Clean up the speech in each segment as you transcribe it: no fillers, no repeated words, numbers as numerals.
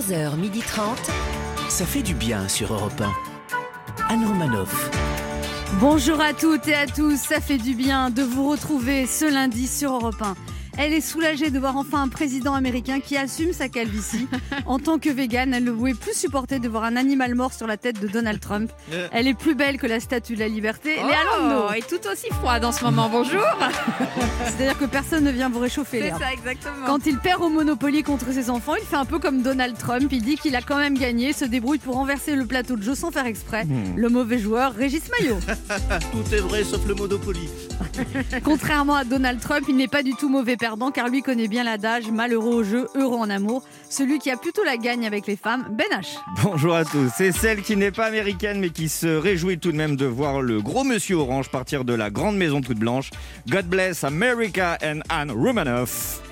11h30. Ça fait du bien sur Europe 1. Anne Romanoff. Bonjour à toutes et à tous, ça fait du bien de vous retrouver ce lundi sur Europe 1. Elle est soulagée de voir enfin un président américain qui assume sa calvitie. En tant que végane, elle ne pouvait plus supporter de voir un animal mort sur la tête de Donald Trump. Elle est plus belle que la statue de la liberté. Léa Landau est tout aussi froide en ce moment, bonjour. C'est-à-dire que personne ne vient vous réchauffer. C'est Léa. ça, exactement. Quand il perd au Monopoly contre ses enfants, il fait un peu comme Donald Trump. Il dit qu'il a quand même gagné, se débrouille pour renverser le plateau de jeu sans faire exprès. Le mauvais joueur, Régis Maillot. Tout est vrai sauf le Monopoly. Contrairement à Donald Trump, il n'est pas du tout mauvais perdant car lui connaît bien l'adage malheureux au jeu, heureux en amour. Celui qui a plutôt la gagne avec les femmes, Ben H. Bonjour à tous. C'est celle qui n'est pas américaine mais qui se réjouit tout de même de voir le gros monsieur orange partir de la grande maison toute blanche. God bless America and Anne Romanoff.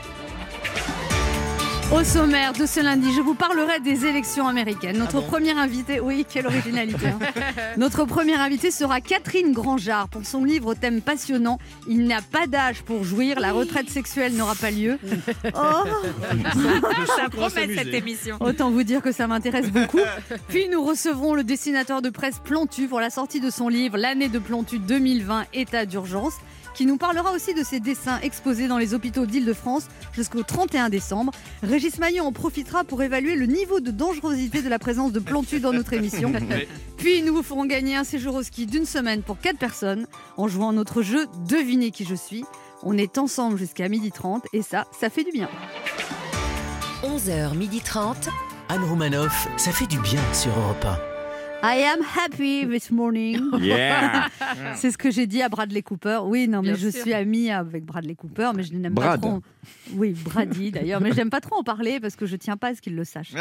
Au sommaire de ce lundi, je vous parlerai des élections américaines. Notre premier invité, oui, quelle originalité. Notre premier invité sera Catherine Grangeard pour son livre au thème passionnant. Il n'y a pas d'âge pour jouir, la retraite sexuelle n'aura pas lieu. Oh, Ça promet cette émission. autant vous dire que ça m'intéresse beaucoup. Puis nous recevrons le dessinateur de presse Plantu pour la sortie de son livre L'année de Plantu 2020, état d'urgence, qui nous parlera aussi de ses dessins exposés dans les hôpitaux d'Île-de-France jusqu'au 31 décembre. Régis Maillot en profitera pour évaluer le niveau de dangerosité de la présence de Plantu dans notre émission. Puis nous vous ferons gagner un séjour au ski d'une semaine pour 4 personnes en jouant à notre jeu Devinez qui je suis. On est ensemble jusqu'à 12h30 et ça fait du bien. 11h30. Anne Romanoff, ça fait du bien sur Europe 1. I am happy this morning. Yeah. C'est ce que j'ai dit à Bradley Cooper. Oui, non, mais Bien je sûr. suis amie avec Bradley Cooper, mais je n'aime Brad. pas trop. Oui, Brady d'ailleurs, mais j'aime pas trop en parler parce que je tiens pas à ce qu'il le sache.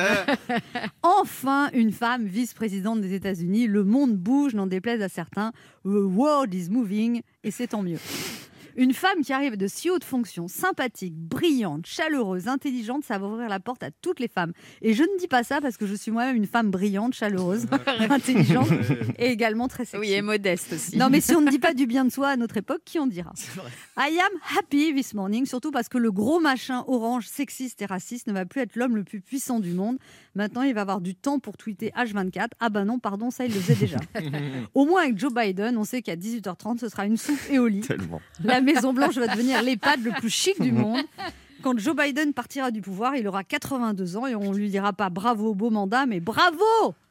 Enfin, une femme vice-présidente des États-Unis. Le monde bouge, n'en déplaise à certains. The world is moving, et c'est tant mieux. Une femme qui arrive de si haute fonction, sympathique, brillante, chaleureuse, intelligente, ça va ouvrir la porte à toutes les femmes. Et je ne dis pas ça parce que je suis moi-même une femme brillante, chaleureuse, intelligente et également très sexy. Oui, et modeste aussi. Non, mais si on ne dit pas du bien de soi à notre époque, qui en dira ? I am happy this morning, surtout parce que le gros machin orange, sexiste et raciste ne va plus être l'homme le plus puissant du monde. Maintenant, il va avoir du temps pour tweeter H24. Ah bah non, pardon, ça, il le faisait déjà. Au moins, avec Joe Biden, on sait qu'à 18h30, ce sera une soupe et au lit. Tellement. La Maison-Blanche va devenir l'EHPAD le plus chic du monde. Quand Joe Biden partira du pouvoir, il aura 82 ans et on ne lui dira pas bravo, beau mandat, mais bravo,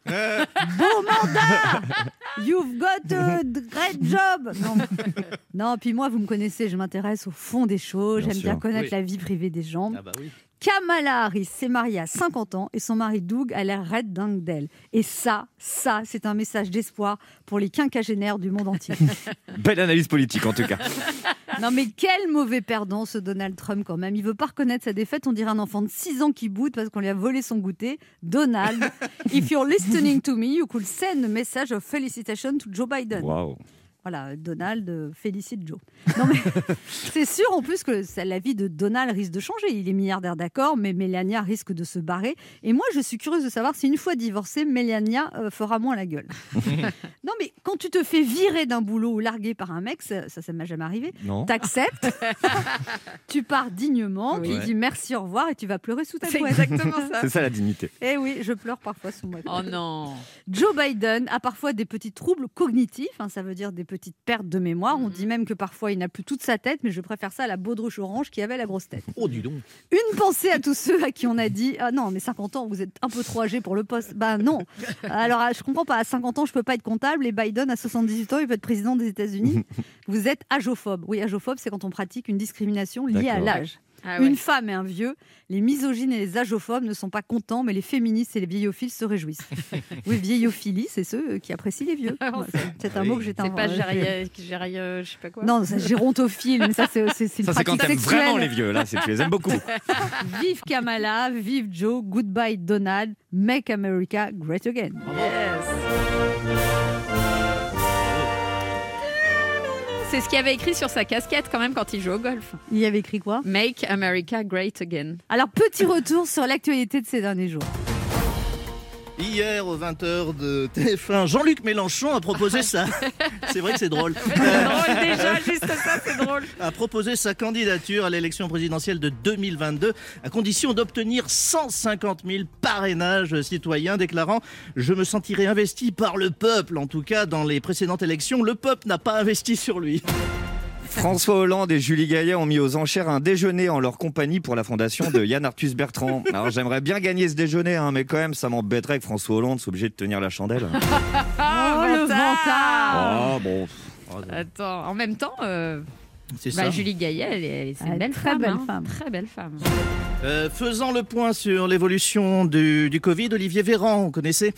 beau mandat, you've got a great job. Non, puis moi, vous me connaissez, je m'intéresse au fond des choses, Bien j'aime sûr. bien connaître Oui. la vie privée des gens. Ah bah oui. Kamala Harris s'est mariée à 50 ans et son mari Doug a l'air raide dingue d'elle. Et ça, c'est un message d'espoir pour les quinquagénaires du monde entier. Belle analyse politique en tout cas. Non mais quel mauvais perdant ce Donald Trump quand même. Il veut pas reconnaître sa défaite, on dirait un enfant de 6 ans qui boude parce qu'on lui a volé son goûter. Donald, if you're listening to me, you could send a message of felicitation to Joe Biden. Waouh. Voilà, Donald félicite Joe. Non mais c'est sûr en plus que la vie de Donald risque de changer. Il est milliardaire d'accord, mais Melania risque de se barrer. Et moi je suis curieuse de savoir si une fois divorcée, Melania fera moins la gueule. Non mais quand tu te fais virer d'un boulot ou larguer par un mec, ça m'est jamais arrivé. Non. T'acceptes, tu pars dignement, Oui. tu dis merci, au revoir et tu vas pleurer sous ta C'est couette. exactement ça. C'est ça la dignité. Eh oui, je pleure parfois sous ma couette. Oh non. Joe Biden a parfois des petits troubles cognitifs, ça veut dire des petites pertes de mémoire. On dit même que parfois il n'a plus toute sa tête, mais je préfère ça à la baudruche orange qui avait la grosse tête. Oh, dis donc. Une pensée à tous ceux à qui on a dit « Ah non, mais 50 ans, vous êtes un peu trop âgé pour le poste. » Ben non. Alors, je comprends pas. À 50 ans, je peux pas être comptable et Biden, à 78 ans, il peut être président des États-Unis. Vous êtes agophobe. Oui, agophobe, c'est quand on pratique une discrimination liée à D'accord. l'âge. Ah ouais. Une femme et un vieux, les misogynes et les agophobes ne sont pas contents, mais les féministes et les vieillophiles se réjouissent. Oui, vieillophilie, c'est ceux qui apprécient les vieux. Ah, Ouais, c'est- c'est un oui. mot que j'ai C'est pas inventé. je sais pas quoi. Non, c'est gérontophile, mais ça c'est une Ça c'est quand pratique t'aimes sexuelle. vraiment les vieux. Là, tu les aimes beaucoup. Vive Kamala, vive Joe, goodbye Donald, make America great again. C'est ce qu'il avait écrit sur sa casquette quand même quand il joue au golf. Il y avait écrit quoi ? Make America Great Again. Alors, petit retour sur l'actualité de ces derniers jours. Hier, aux 20h de TF1, Jean-Luc Mélenchon a proposé ça. C'est vrai que c'est drôle. C'est drôle déjà, juste ça, c'est drôle. A proposé sa candidature à l'élection présidentielle de 2022 à condition d'obtenir 150 000 parrainages citoyens, déclarant « Je me sentirai investi par le peuple ». En tout cas, dans les précédentes élections, le peuple n'a pas investi sur lui. François Hollande et Julie Gaillet ont mis aux enchères un déjeuner en leur compagnie pour la fondation de Yann Arthus Bertrand. Alors j'aimerais bien gagner ce déjeuner, mais quand même ça m'embêterait que François Hollande soit obligé de tenir la chandelle. Le vantard. Ah bon. Attends, en même temps, C'est ça. Julie Gaillet, c'est une belle très femme. belle hein. femme. Très belle femme. Faisant le point sur l'évolution du Covid, Olivier Véran, vous connaissez,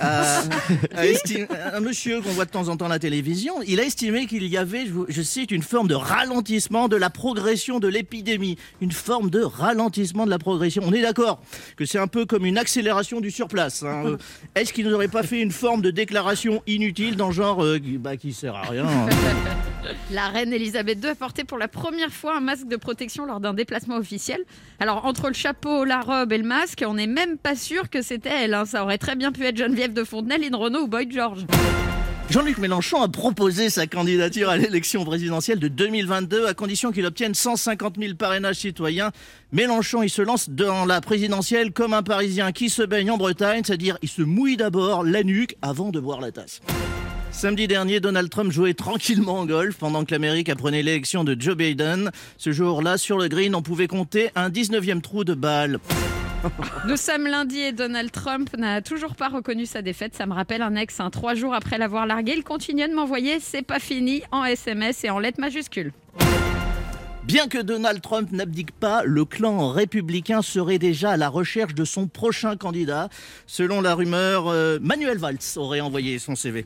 un monsieur qu'on voit de temps en temps à la télévision, il a estimé qu'il y avait, je cite, une forme de ralentissement de la progression de l'épidémie. Une forme de ralentissement de la progression. On est d'accord que c'est un peu comme une accélération du surplace. Hein. Est-ce qu'il n'aurait pas fait une forme de déclaration inutile dans le genre qui sert à rien hein. La reine Elisabeth II a porté pour la première fois un masque de protection lors d'un déplacement officiel. Alors, entre le chapeau, la robe et le masque, on n'est même pas sûr que c'était elle. Hein. Ça aurait très bien pu être Geneviève de Fontenay, Lynn Renaud ou Boy George. Jean-Luc Mélenchon a proposé sa candidature à l'élection présidentielle de 2022 à condition qu'il obtienne 150 000 parrainages citoyens. Mélenchon, il se lance dans la présidentielle comme un Parisien qui se baigne en Bretagne, c'est-à-dire il se mouille d'abord la nuque avant de boire la tasse. Samedi dernier, Donald Trump jouait tranquillement en golf pendant que l'Amérique apprenait l'élection de Joe Biden. Ce jour-là, sur le green, on pouvait compter un 19e trou de balle. Nous sommes lundi et Donald Trump n'a toujours pas reconnu sa défaite. Ça me rappelle un ex, 3 jours après l'avoir largué. Il continuait de m'envoyer « c'est pas fini » en SMS et en lettres majuscules. Bien que Donald Trump n'abdique pas, le clan républicain serait déjà à la recherche de son prochain candidat. Selon la rumeur, Manuel Valls aurait envoyé son CV.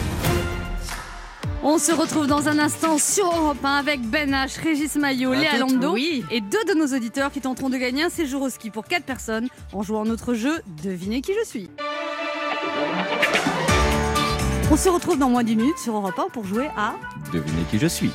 On se retrouve dans un instant sur Europe 1 avec Ben H, Régis Maillot, Léa Lando et 2 de nos auditeurs qui tenteront de gagner un séjour au ski pour 4 personnes en jouant notre jeu Devinez qui je suis. On se retrouve dans moins d'1 minute sur Europe 1 pour jouer à Devinez qui je suis.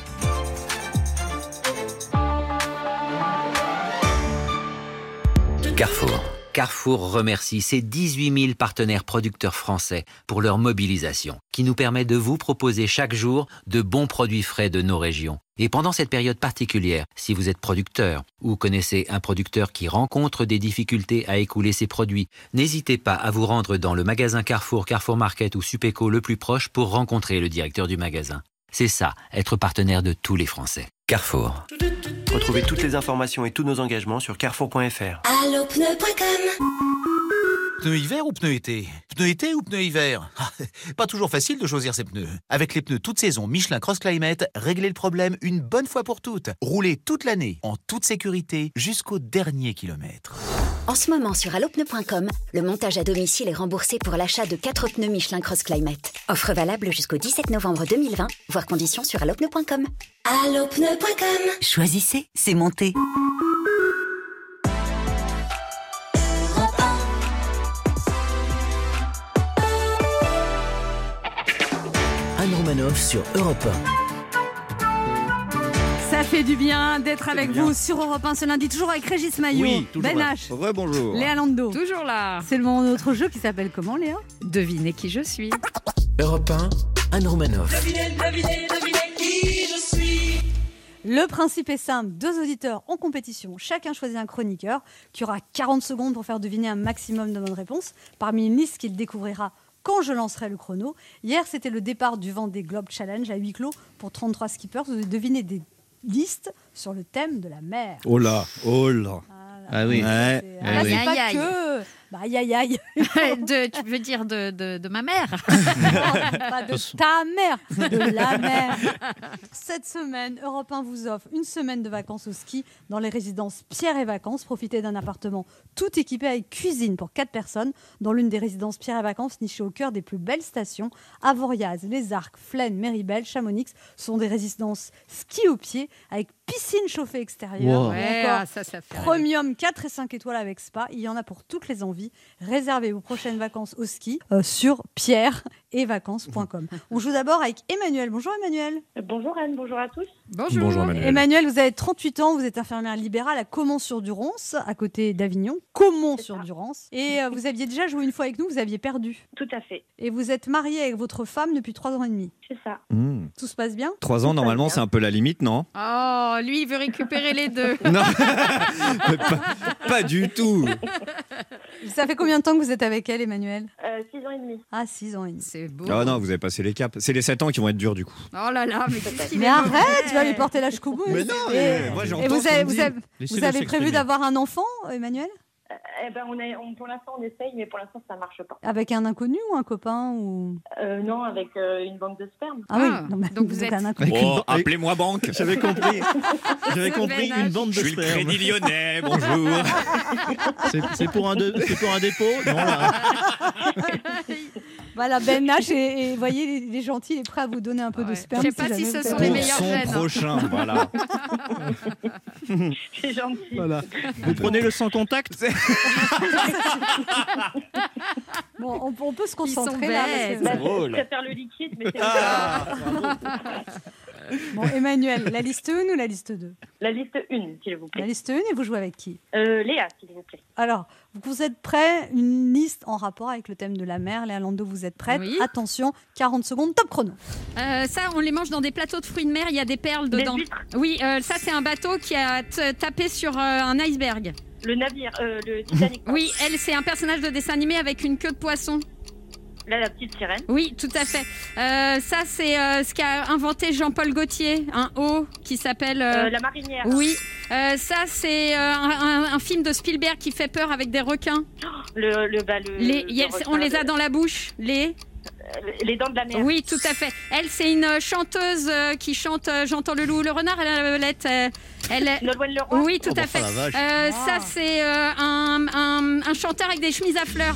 Carrefour remercie ses 18 000 partenaires producteurs français pour leur mobilisation, qui nous permet de vous proposer chaque jour de bons produits frais de nos régions. Et pendant cette période particulière, si vous êtes producteur ou connaissez un producteur qui rencontre des difficultés à écouler ses produits, n'hésitez pas à vous rendre dans le magasin Carrefour, Carrefour Market ou Supeco le plus proche pour rencontrer le directeur du magasin. C'est ça, être partenaire de tous les Français. Carrefour. Retrouvez toutes les informations et tous nos engagements sur carrefour.fr. Allopneu.com. Pneus hiver ou pneus été? Pneus été ou pneus hiver? Pas toujours facile de choisir ses pneus. Avec les pneus toute saison Michelin Cross Climate, réglez le problème une bonne fois pour toutes. Roulez toute l'année, en toute sécurité, jusqu'au dernier kilomètre. En ce moment sur allopneu.com, le montage à domicile est remboursé pour l'achat de 4 pneus Michelin Cross Climate. Offre valable jusqu'au 17 novembre 2020, voire conditions sur allopneu.com. Allopneu.com. Choisissez, c'est monté. Anne Romanoff sur Europe 1. Ça fait du bien d'être avec vous sur Europe 1 ce lundi, toujours avec Régis Maillot, Oui, toujours Ben là. H, Rebonjour. Léa Lando. Toujours là. C'est le moment de notre jeu qui s'appelle comment, Léa? Devinez qui je suis. Europe 1, Anne Romanoff. Le principe est simple, 2 auditeurs en compétition, chacun choisit un chroniqueur qui aura 40 secondes pour faire deviner un maximum de bonnes réponses parmi une liste qu'il découvrira quand je lancerai le chrono. Hier, c'était le départ du Vendée Globe Challenge à huis clos pour 33 skippers. Vous devez deviner des listes sur le thème de la mer. Oh là, oh là. Ah oui. Ouais. C'est oui. pas Aïe, aïe. que... Bah, aïe, aïe, aïe. Tu veux dire de ma mère? Pas de ta mère, de la mer. Cette semaine, Europe 1 vous offre une semaine de vacances au ski dans les résidences Pierre et Vacances. Profitez d'un appartement tout équipé avec cuisine pour 4 personnes dans l'une des résidences Pierre et Vacances nichées au cœur des plus belles stations. Avoriaz, Les Arcs, Flaine, Méribel, Chamonix sont des résidences ski au pied avec piscine chauffée extérieure. Wow. Ou Ouais, encore ça fait. Premium 4 et 5 étoiles avec spa. Il y en a pour toutes les envies. envie. Réservez vos prochaines vacances au ski sur pierre-et-vacances.com. On joue d'abord avec Emmanuel. Bonjour Emmanuel. Bonjour Anne, bonjour à tous. Bonjour Emmanuel. Emmanuel, vous avez 38 ans, vous êtes infirmière libérale à Caumont-sur-Durance, à côté d'Avignon. Caumont-sur-Durance. Et vous aviez déjà joué une fois avec nous, vous aviez perdu. Tout à fait. Et vous êtes marié avec votre femme depuis 3 ans et demi. C'est ça. Tout se passe bien ? 3 ans, normalement, c'est un peu la limite, non ? Oh, lui, il veut récupérer les deux. Non, pas du tout. Ça fait combien de temps que vous êtes avec elle, Emmanuel ? 6 ans et demi. Ah, 6 ans et demi. C'est beau. Ah non, vous avez passé les caps. C'est les 7 ans qui vont être durs, du coup. Oh là là, mais qu'est-ce qu'il Mais est arrête, tu vas lui porter la choucroute. Mais non, moi, j'entends Et vous ce qu'on avez, me dit. Laissez-le vous avez s'exprimer. prévu d'avoir un enfant, Emmanuel ? Pour l'instant, on essaye, mais pour l'instant, ça marche pas. Avec un inconnu ou un copain ou... Non, avec une banque de sperme. Ah oui, Ah, non, mais donc vous êtes- un inconnu. Oh, appelez-moi banque. J'avais compris. J'avais compris Ben H. une bande de Je suis le sperme. Crédit Lyonnais, bonjour. C'est pour un dépôt. Non, là. Voilà, Ben H, et voyez, il est gentil, il est prêt à vous donner un peu de Ouais. sperme. Je sais pas si jamais ce vous sont avez- les Pour meilleurs son gènes, hein. prochain, voilà. C'est gentil. Voilà. Vous prenez le sans contact. Bon, on peut se Ils concentrer sont là. bêtes. parce que- Je préfère le liquide, mais c'est Bon, Emmanuel, la liste 1 ou la liste 2 ? la liste 1, s'il vous La plaît. liste 1, et vous jouez avec qui ? Léa, s'il vous plaît. Alors, vous êtes prêts ? Une liste en rapport avec le thème de la mer. Léa Lando, vous êtes prête ? Oui. Attention, 40 secondes, top chrono. Ça, on les mange dans des plateaux de fruits de mer, il y a des perles Des dedans. huîtres. Oui, ça, c'est un bateau qui a tapé sur un iceberg. Le navire, le Titanic. Oui, elle, c'est un personnage de dessin animé avec une queue de poisson. Là, la petite sirène. Oui, tout à fait. Ça, c'est ce qu'a inventé Jean-Paul Gaultier, un O qui s'appelle... La marinière. Oui, ça, c'est un film de Spielberg qui fait peur avec des requins. On les a dans la bouche, les dents de la mer. Oui, tout à fait. Elle, c'est une chanteuse qui chante J'entends le loup, le renard, Nolwenn Leroy. Oui, tout Oh, à bah, fait. la vache. Ça, c'est un chanteur avec des chemises à fleurs.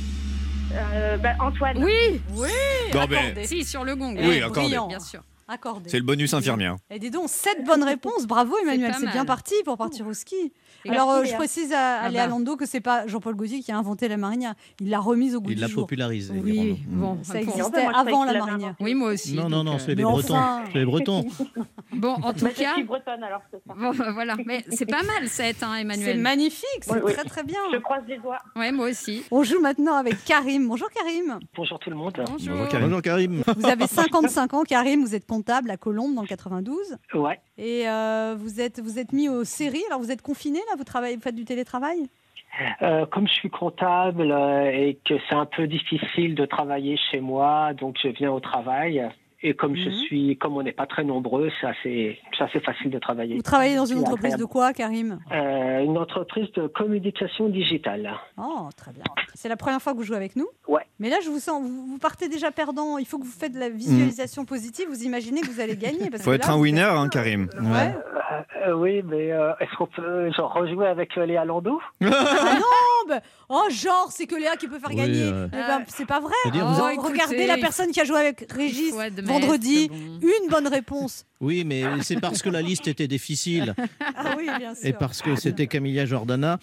Antoine. Oui, Bon, ben, Accordé. si, sur le gong. Oui, Eh, accordé. brillant. Bien sûr. Accordé. c'est le bonus infirmière. Et dis donc, 7 bonnes réponses. Bravo Emmanuel, pas c'est mal. bien parti pour partir au ski. Et Alors, merci, je Léa. précise à Léa bah. Lando que c'est pas Jean-Paul Gaultier qui a inventé la marinière. Il l'a remise au goût Il du l'a jour. popularisé. Oui, bon. Ça bon. existait moi, je avant croyais la qu'il l'avait marinière. inventé. Oui, moi aussi. Non, non, non, c'est les mais Bretons. enfin. C'est les Bretons. Bon, en tout Bah, je cas, suis bretonne, alors c'est ça. bon, voilà. Mais c'est pas mal, cette, hein, C'est Emmanuel. magnifique, c'est Oui, oui. très très bien. Je croise les doigts. Ouais, moi aussi. On joue maintenant avec Karim. Bonjour Karim. Bonjour tout le monde. Bonjour. Bonjour Karim. Vous avez 55 ans Karim, vous êtes comptable à Colombes dans le 92. Ouais. Et vous êtes mis aux séries. Alors vous êtes confiné là, vous faites du télétravail ? Comme je suis comptable et que c'est un peu difficile de travailler chez moi, donc je viens au travail. Et comme comme on n'est pas très nombreux, c'est assez facile de travailler. Vous travaillez dans une C'est entreprise de agréable. quoi Karim ? Une entreprise de communication digitale. Oh, très bien. C'est la première fois que vous jouez avec nous ? Ouais. Mais là, je vous sens, vous partez déjà perdant. Il faut que vous faites de la visualisation positive. Vous imaginez que vous allez gagner. Parce Faut que être là, un vous winner, faites- hein, Karim. Ouais. Oui, mais est-ce qu'on peut rejouer avec Léa Lando? Ah non, bah, oh genre, c'est que Léa qui peut faire Oui, gagner. Eh ben, c'est pas vrai. C'est-à-dire, Oh, vous avez- regardez écoutez, la personne qui a joué avec Régis faut admettre vendredi. que bon. Une bonne réponse. Oui, mais c'est parce que la liste était difficile Ah oui, bien sûr. et parce que c'était Camilla Jordana.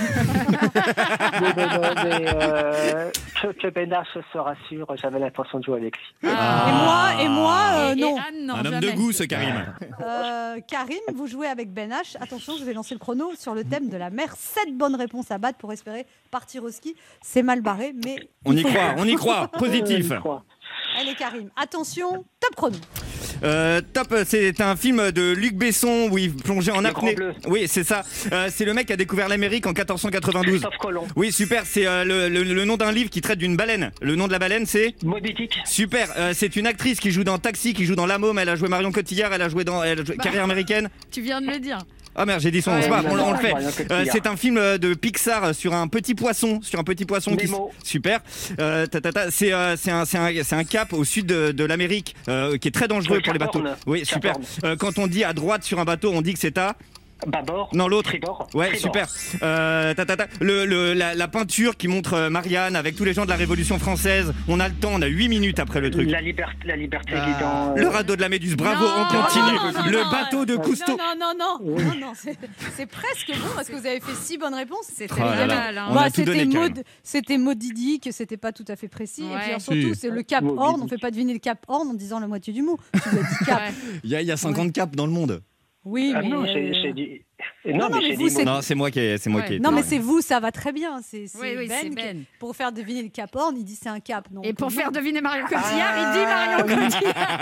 Non, mais que Ben H se rassure, j'avais l'intention de jouer avec lui. Et moi, Et non. Anne, non, Un homme jamais. de goût, ce Karim. Karim, vous jouez avec Ben H. Attention, je vais lancer le chrono sur le thème de la mer. 7 bonnes réponses à battre pour espérer partir au ski. C'est mal barré, mais On y croit, positif. Je crois. allez Karim. Attention, top chrono. Top, c'est un film de Luc Besson où il plongeait en Le apnée. Grand Bleu. Oui, c'est ça. C'est le mec qui a découvert l'Amérique en 1492. Christophe Colomb. Oui, super. C'est le nom d'un livre qui traite d'une baleine. Le nom de la baleine, c'est Moby Dick. super. C'est une actrice qui joue dans Taxi, qui joue dans La Môme. Elle a joué Marion Cotillard. Elle a joué dans Carrière américaine. Tu viens de le dire. Ah merde, j'ai dit son nom. Ouais, C'est pas grave, on le fait. Marion Cotillard. C'est un film de Pixar sur un petit poisson, qui Nemo. super. C'est un cap au sud de l'Amérique qui est très dangereux Oui, pour les Cap bateaux. Horn. Oui, Cap super. Horn. Quand on dit à droite sur un bateau, on dit que c'est à Bâbord. Non, l'autre. Tribord. Ouais, Tribord. super. La peinture qui montre Marianne avec tous les gens de la Révolution française. On a le temps, on a 8 minutes après le truc. La liberté qui est dans... Le radeau de la Méduse, bravo, on continue. Le bateau de Cousteau. Non, c'est presque bon parce que vous avez fait 6 bonnes réponses. C'était Oh là pas là. mal. Hein. On a tout donné, Karim. C'était modidique, c'était pas tout à fait précis. Ouais. Et puis surtout, c'est le Cap Horn. On fait pas deviner le Cap Horn en disant la moitié du mot. Tu dois dire Cap. Ouais. Il y a 50 caps dans le monde. Oui, mais non, j'ai dit... Non, mais j'ai vous, dit... c'est- Non, c'est moi qui ai non, mais c'est vous, ça va très bien. C'est Oui, Ben, c'est qui- Ben. pour faire deviner le Cap Horn, il dit c'est un cap. Donc, Et pour non. faire deviner Marion Cotillard, il dit Marion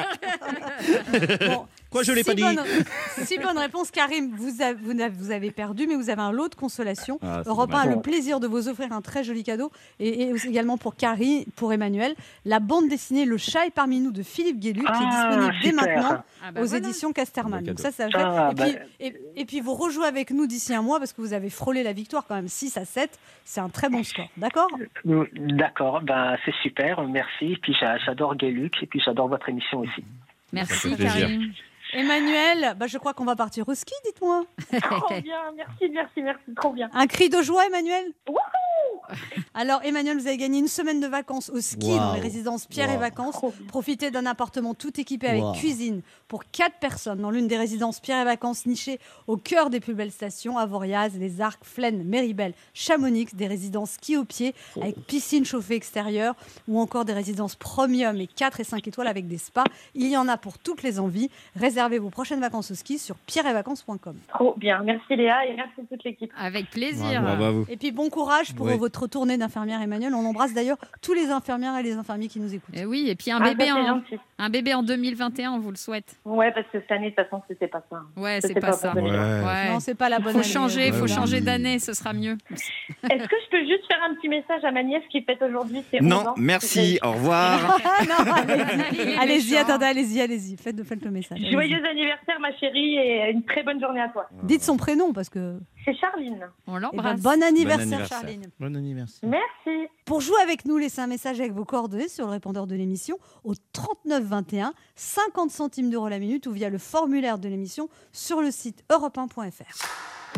Cotillard. Bon, Quoi, je l'ai pas dit. 6 bonnes réponses. Karim, vous avez perdu, mais vous avez un lot de consolation. Ah, c'est Europe 1 a dommage. le plaisir de vous offrir un très joli cadeau. Et également pour Karim, pour Emmanuel, la bande dessinée Le chat est parmi nous de Philippe Guélu, qui est disponible dès super. maintenant Ah bah aux voilà. éditions Casterman. Beau Donc cadeau. ça fait. Ah, Et puis vous rejouez avec nous d'ici un mois parce que vous avez frôlé la victoire quand même 6-7. C'est un très bon score. D'accord ? D'accord, c'est super, merci. Puis j'adore Gay-Luc et puis j'adore votre émission aussi. Merci, plaisir. Karim. Emmanuel, je crois qu'on va partir au ski, dites-moi. Trop bien, merci, trop bien. Un cri de joie, Emmanuel. Wouhou. Alors, Emmanuel, vous avez gagné une semaine de vacances au ski dans les résidences Pierre et Vacances. Trop bien. Profitez d'un appartement tout équipé avec cuisine pour 4 personnes dans l'une des résidences Pierre et Vacances nichées au cœur des plus belles stations, Avoriaz, Les Arcs, Flaine, Méribel, Chamonix, des résidences ski au pied avec piscine chauffée extérieure ou encore des résidences premium et 4 et 5 étoiles avec des spas. Il y en a pour toutes les envies. Réservez vos prochaines vacances au ski sur pierreetvacances.com. Trop bien, merci Léa et merci toute l'équipe. Avec plaisir. Bravo à vous. Et puis bon courage pour Oui. votre tournée d'infirmière, Emmanuel. On embrasse d'ailleurs tous les infirmières et les infirmiers qui nous écoutent. Et oui, et puis un Ah, bébé ça, c'est gentil. un bébé en 2021, on vous le souhaite. Ouais, parce que cette année, de toute façon, c'était pas ça. Ouais, C'était c'est pas ça. pour 2020. Ouais. Non, c'est pas la bonne Faut année. changer, faut Voilà. changer d'année, ce sera mieux. Est-ce que je peux juste faire un petit message à ma nièce qui fête aujourd'hui ses 11 Non, ans? merci, au revoir. Ah, non, allez-y, méchant. allez-y. Faites le message. allez-y. Joyeux anniversaire ma chérie et une très bonne journée à toi. Dites son prénom parce que. C'est Charline. On Eh ben, l'embrasse. bon anniversaire, anniversaire. Charline. Bon anniversaire. Merci. Pour jouer avec nous, laissez un message avec vos coordonnées sur le répondeur de l'émission au 39 21, 50 centimes d'euros la minute ou via le formulaire de l'émission sur le site europe1.fr.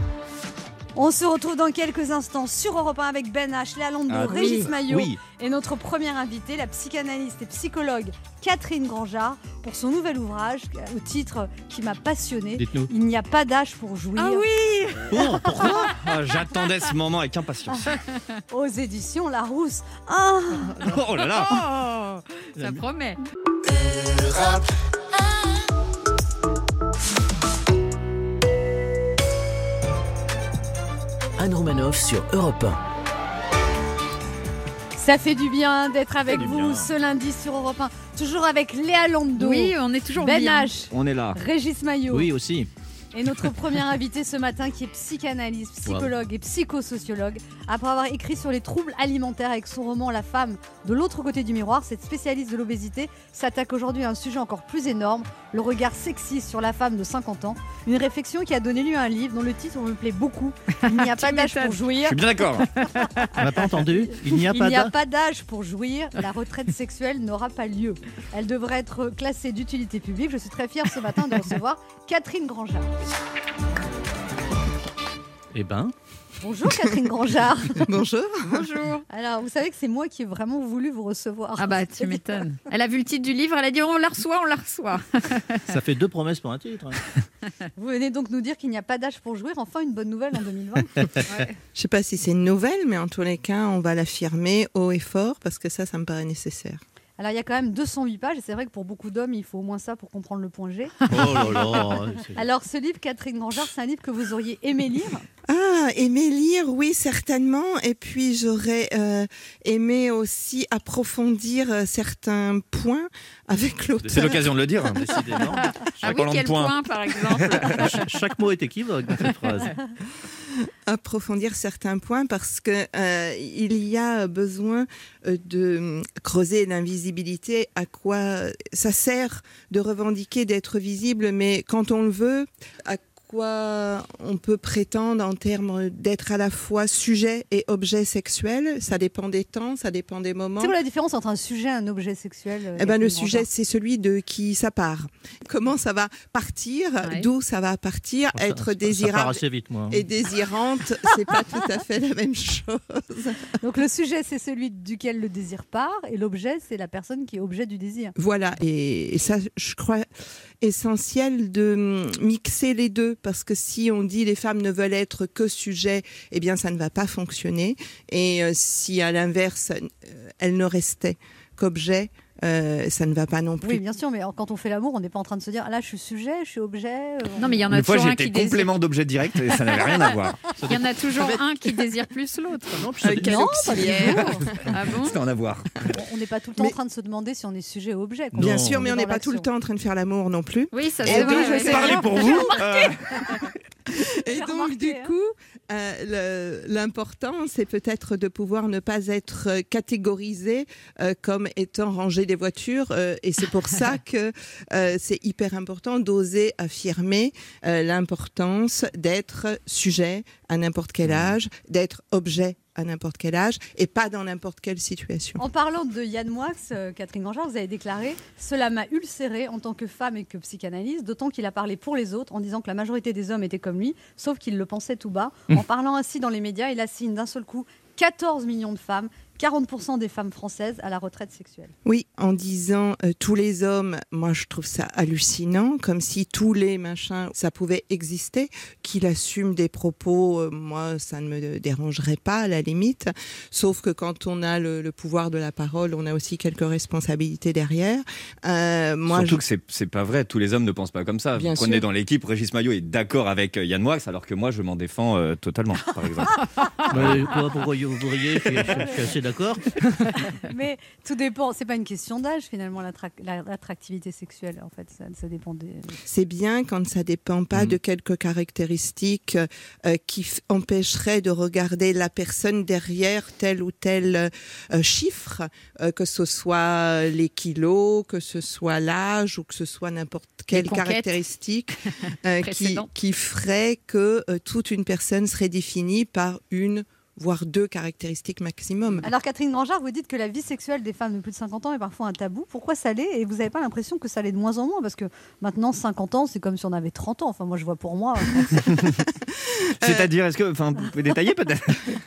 On se retrouve dans quelques instants sur Europe 1 avec Ben H, Léa Lando, Ah, Régis Maillot oui. et notre première invitée, la psychanalyste et psychologue Catherine Grangeard, pour son nouvel ouvrage au titre qui m'a passionnée. Dites-nous. Il n'y a pas d'âge pour jouir. Ah oui. Pourquoi Ah, j'attendais ce moment avec impatience. Aux éditions Larousse. Ah, Oh là là. Oh, ça promet. Anne Romanoff sur Europe 1. ça fait du bien d'être avec du vous bien. ce lundi sur Europe 1. Toujours avec Léa Lando, Oui, on est toujours Ben bien. H, On est là. Régis Maillot. Oui, aussi. Et notre première invitée ce matin qui est psychanalyste, psychologue et psychosociologue. Après avoir écrit sur les troubles alimentaires avec son roman La femme de l'autre côté du miroir, cette spécialiste de l'obésité s'attaque aujourd'hui à un sujet encore plus énorme, le regard sexiste sur la femme de 50 ans. Une réflexion qui a donné lieu à un livre dont le titre me plaît beaucoup. Il n'y a pas d'âge pour Je jouir. suis bien d'accord. On n'a pas entendu. Il n'y a Il pas n'y a d'âge. pas d'âge pour jouir, la retraite sexuelle n'aura pas lieu. Elle devrait être classée d'utilité publique. Je suis très fière ce matin de recevoir Catherine Grangeard. Eh ben, Bonjour Catherine Grangeard. Bonjour. Bonjour. Alors, vous savez que c'est moi qui ai vraiment voulu vous recevoir. Ah bah tu m'étonnes. Elle a vu le titre du livre, elle a dit on la reçoit, on la reçoit. ça fait 2 promesses pour un titre. Vous venez donc nous dire qu'il n'y a pas d'âge pour jouir. Enfin, une bonne nouvelle en 2020. Je ne sais pas si c'est une nouvelle, mais en tous les cas, on va l'affirmer haut et fort parce que ça me paraît nécessaire. Alors, il y a quand même 208 pages et c'est vrai que pour beaucoup d'hommes, il faut au moins ça pour comprendre le point G. Oh là là. Alors, ce livre, Catherine Grangeard, c'est un livre que vous auriez aimé lire. Ah, aimer lire, oui, certainement. Et puis, j'aurais aimé aussi approfondir certains points avec l'auteur. C'est l'occasion de le dire. Décidément. Ah parlant oui, de quel points. point par exemple? Chaque mot est équivoque dans cette phrase. Approfondir certains points parce que il y a besoin de creuser l'invisibilité, à quoi ça sert de revendiquer d'être visible, mais quand on le veut, à quoi on peut prétendre en termes d'être à la fois sujet et objet sexuel. Ça dépend des temps, ça dépend des moments. C'est quoi la différence entre un sujet et un objet sexuel? Le sujet, c'est celui de qui ça part. Comment ça va partir, d'où ça va partir, être désirable ça part assez vite, moi. Et désirante, c'est pas tout à fait la même chose. Donc le sujet, c'est celui duquel le désir part, et l'objet, c'est la personne qui est objet du désir. Voilà, et ça, je crois essentiel de mixer les deux, parce que si on dit les femmes ne veulent être que sujet, eh bien ça ne va pas fonctionner. Et si à l'inverse, elles ne restaient qu'objet, ça ne va pas non plus. Oui, bien sûr, mais quand on fait l'amour, on n'est pas en train de se dire là, je suis sujet, je suis objet. Non, mais il y en a une fois, toujours un j'étais qui complément d'objet direct et ça n'avait rien à voir. Il y en a toujours un qui désire plus l'autre. Non, pas toujours. Ah bon? C'était en avoir. On n'est pas tout le temps en train de se demander si on est sujet ou objet. Bien sûr, mais on n'est pas tout le temps en train de faire l'amour non plus. Oui, ça c'est vrai. Parlez pour vous. Et donc, du coup, l'important, c'est peut-être de pouvoir ne pas être catégorisé comme étant rangé des voitures. Et c'est pour ça que c'est hyper important d'oser affirmer l'importance d'être sujet à n'importe quel âge, d'être objet à n'importe quel âge et pas dans n'importe quelle situation. En parlant de Yann Moix, Catherine Grandjean, vous avez déclaré « Cela m'a ulcéré en tant que femme et que psychanalyste, d'autant qu'il a parlé pour les autres en disant que la majorité des hommes étaient comme lui, sauf qu'il le pensait tout bas. En parlant ainsi dans les médias, il assigne d'un seul coup 14 millions de femmes, 40% des femmes françaises à la retraite sexuelle. » Oui, en disant tous les hommes, moi je trouve ça hallucinant, comme si tous les machins, ça pouvait exister. Qu'il assume des propos, moi ça ne me dérangerait pas à la limite, sauf que quand on a le pouvoir de la parole, on a aussi quelques responsabilités derrière. Surtout que c'est pas vrai, tous les hommes ne pensent pas comme ça. Vous prenez dans l'équipe, Régis Maillot est d'accord avec Yann Moix, alors que moi je m'en défends totalement, par exemple. Pourquoi vous riez? Je suis assez d'accord. Mais tout dépend, c'est pas une question d'âge finalement, l'attractivité sexuelle en fait, ça dépend des... C'est bien quand ça dépend pas de quelques caractéristiques qui empêcheraient de regarder la personne derrière tel ou tel chiffre, que ce soit les kilos, que ce soit l'âge ou que ce soit n'importe quelle caractéristique qui ferait que toute une personne serait définie par une voire 2 caractéristiques maximum. Alors Catherine Grandjean, vous dites que la vie sexuelle des femmes de plus de 50 ans est parfois un tabou. Pourquoi ça l'est? Et vous n'avez pas l'impression que ça l'est de moins en moins? Parce que maintenant, 50 ans, c'est comme si on avait 30 ans. Enfin, moi, je vois pour moi. C'est-à-dire, est-ce que... Enfin, vous pouvez détailler peut-être?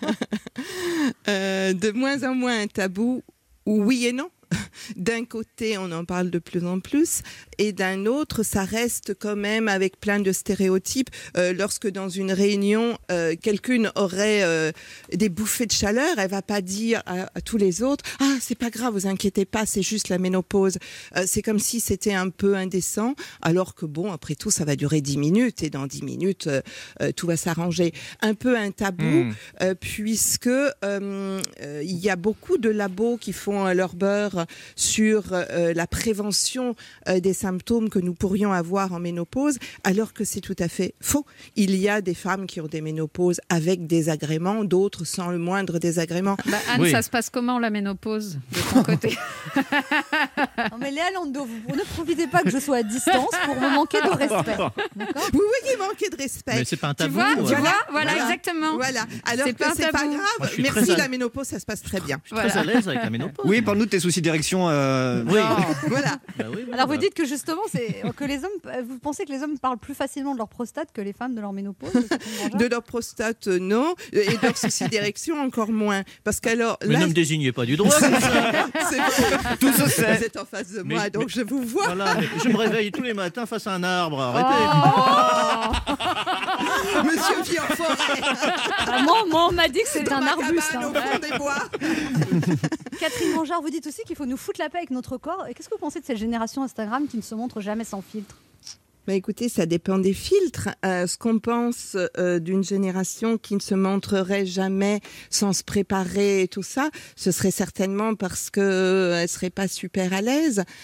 De moins en moins un tabou, oui et non. D'un côté, on en parle de plus en plus, et d'un autre, ça reste quand même avec plein de stéréotypes. Lorsque dans une réunion, quelqu'une aurait des bouffées de chaleur, elle va pas dire à tous les autres « Ah, c'est pas grave, vous inquiétez pas, c'est juste la ménopause ». C'est comme si c'était un peu indécent, alors que bon, après tout, ça va durer 10 minutes, et dans 10 minutes, tout va s'arranger. Un peu un tabou, puisque il y a beaucoup de labos qui font leur beurre sur la prévention des symptômes que nous pourrions avoir en ménopause, alors que c'est tout à fait faux. Il y a des femmes qui ont des ménopauses avec des agréments, d'autres sans le moindre désagrément. Anne, ça se passe comment la ménopause de ton côté? Non mais Léa Landau, vous ne profitez pas que je sois à distance pour me manquer de respect. Vous voyez manquer de respect. Mais c'est pas un tabou. Tu vois, voilà, exactement. Voilà. Alors c'est que pas c'est pas grave. Merci, la ménopause, ça se passe très bien. Je suis très à l'aise avec la ménopause. Oui, parle-nous de tes soucis d'érection. Oui. Voilà. Alors vous dites que justement, c'est que les hommes, vous pensez que les hommes parlent plus facilement de leur prostate que les femmes de leur ménopause? De leur prostate, non, et de leur souci d'érection encore moins, parce qu'alors. Mais ne me désignez pas du droit. Comme ça. Tout se sait. Vous êtes en face de moi, donc je vous vois. Voilà, je me réveille tous les matins face à un arbre. Arrêtez. Monsieur Villefort. Moi, on m'a dit que c'était un arbuste. Au fond des bois. Catherine Grandjean, vous dites aussi qu'il faut nous foutre la paix avec notre corps. Et qu'est-ce que vous pensez de cette génération Instagram qui ne se montre jamais sans filtre? Bah écoutez, ça dépend des filtres. Ce qu'on pense d'une génération qui ne se montrerait jamais sans se préparer et tout ça, ce serait certainement parce qu'elle serait pas super à l'aise.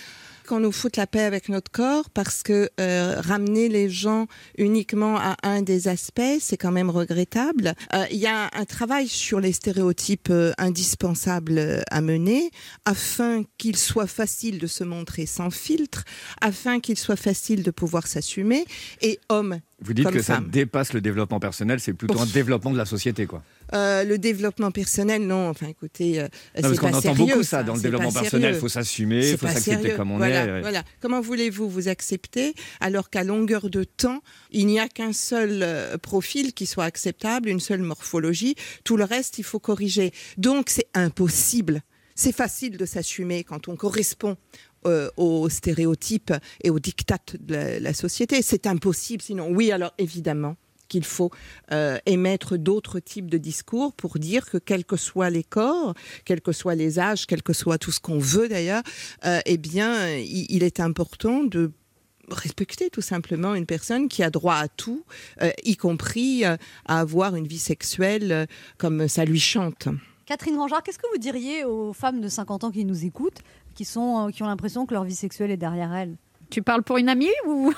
qu'on nous foute la paix avec notre corps parce que ramener les gens uniquement à un des aspects, c'est quand même regrettable. Il y a un travail sur les stéréotypes indispensable à mener afin qu'il soit facile de se montrer sans filtre, afin qu'il soit facile de pouvoir s'assumer, et hommes Vous dites comme que ça femmes. dépasse le développement personnel, c'est plutôt un développement de la société, quoi. Le développement personnel, non. Enfin, écoutez, Non, c'est parce qu'on pas entend sérieux, beaucoup ça dans le c'est développement pas personnel. Il sérieux. faut s'assumer, C'est il faut pas s'accepter sérieux. comme on Voilà, est. voilà. Comment voulez-vous vous accepter alors qu'à longueur de temps, il n'y a qu'un seul profil qui soit acceptable, une seule morphologie. Tout le reste, il faut corriger. Donc, c'est impossible. C'est facile de s'assumer quand on correspond aux stéréotypes et aux diktats de la société. C'est impossible. Sinon, oui, alors évidemment qu'il faut émettre d'autres types de discours pour dire que quels que soient les corps, quels que soient les âges, quel que soit tout ce qu'on veut d'ailleurs, eh bien, il est important de respecter tout simplement une personne qui a droit à tout, y compris à avoir une vie sexuelle comme ça lui chante. Catherine Rangeard, qu'est-ce que vous diriez aux femmes de 50 ans qui nous écoutent, qui ont l'impression que leur vie sexuelle est derrière elles ? Tu parles pour une amie ou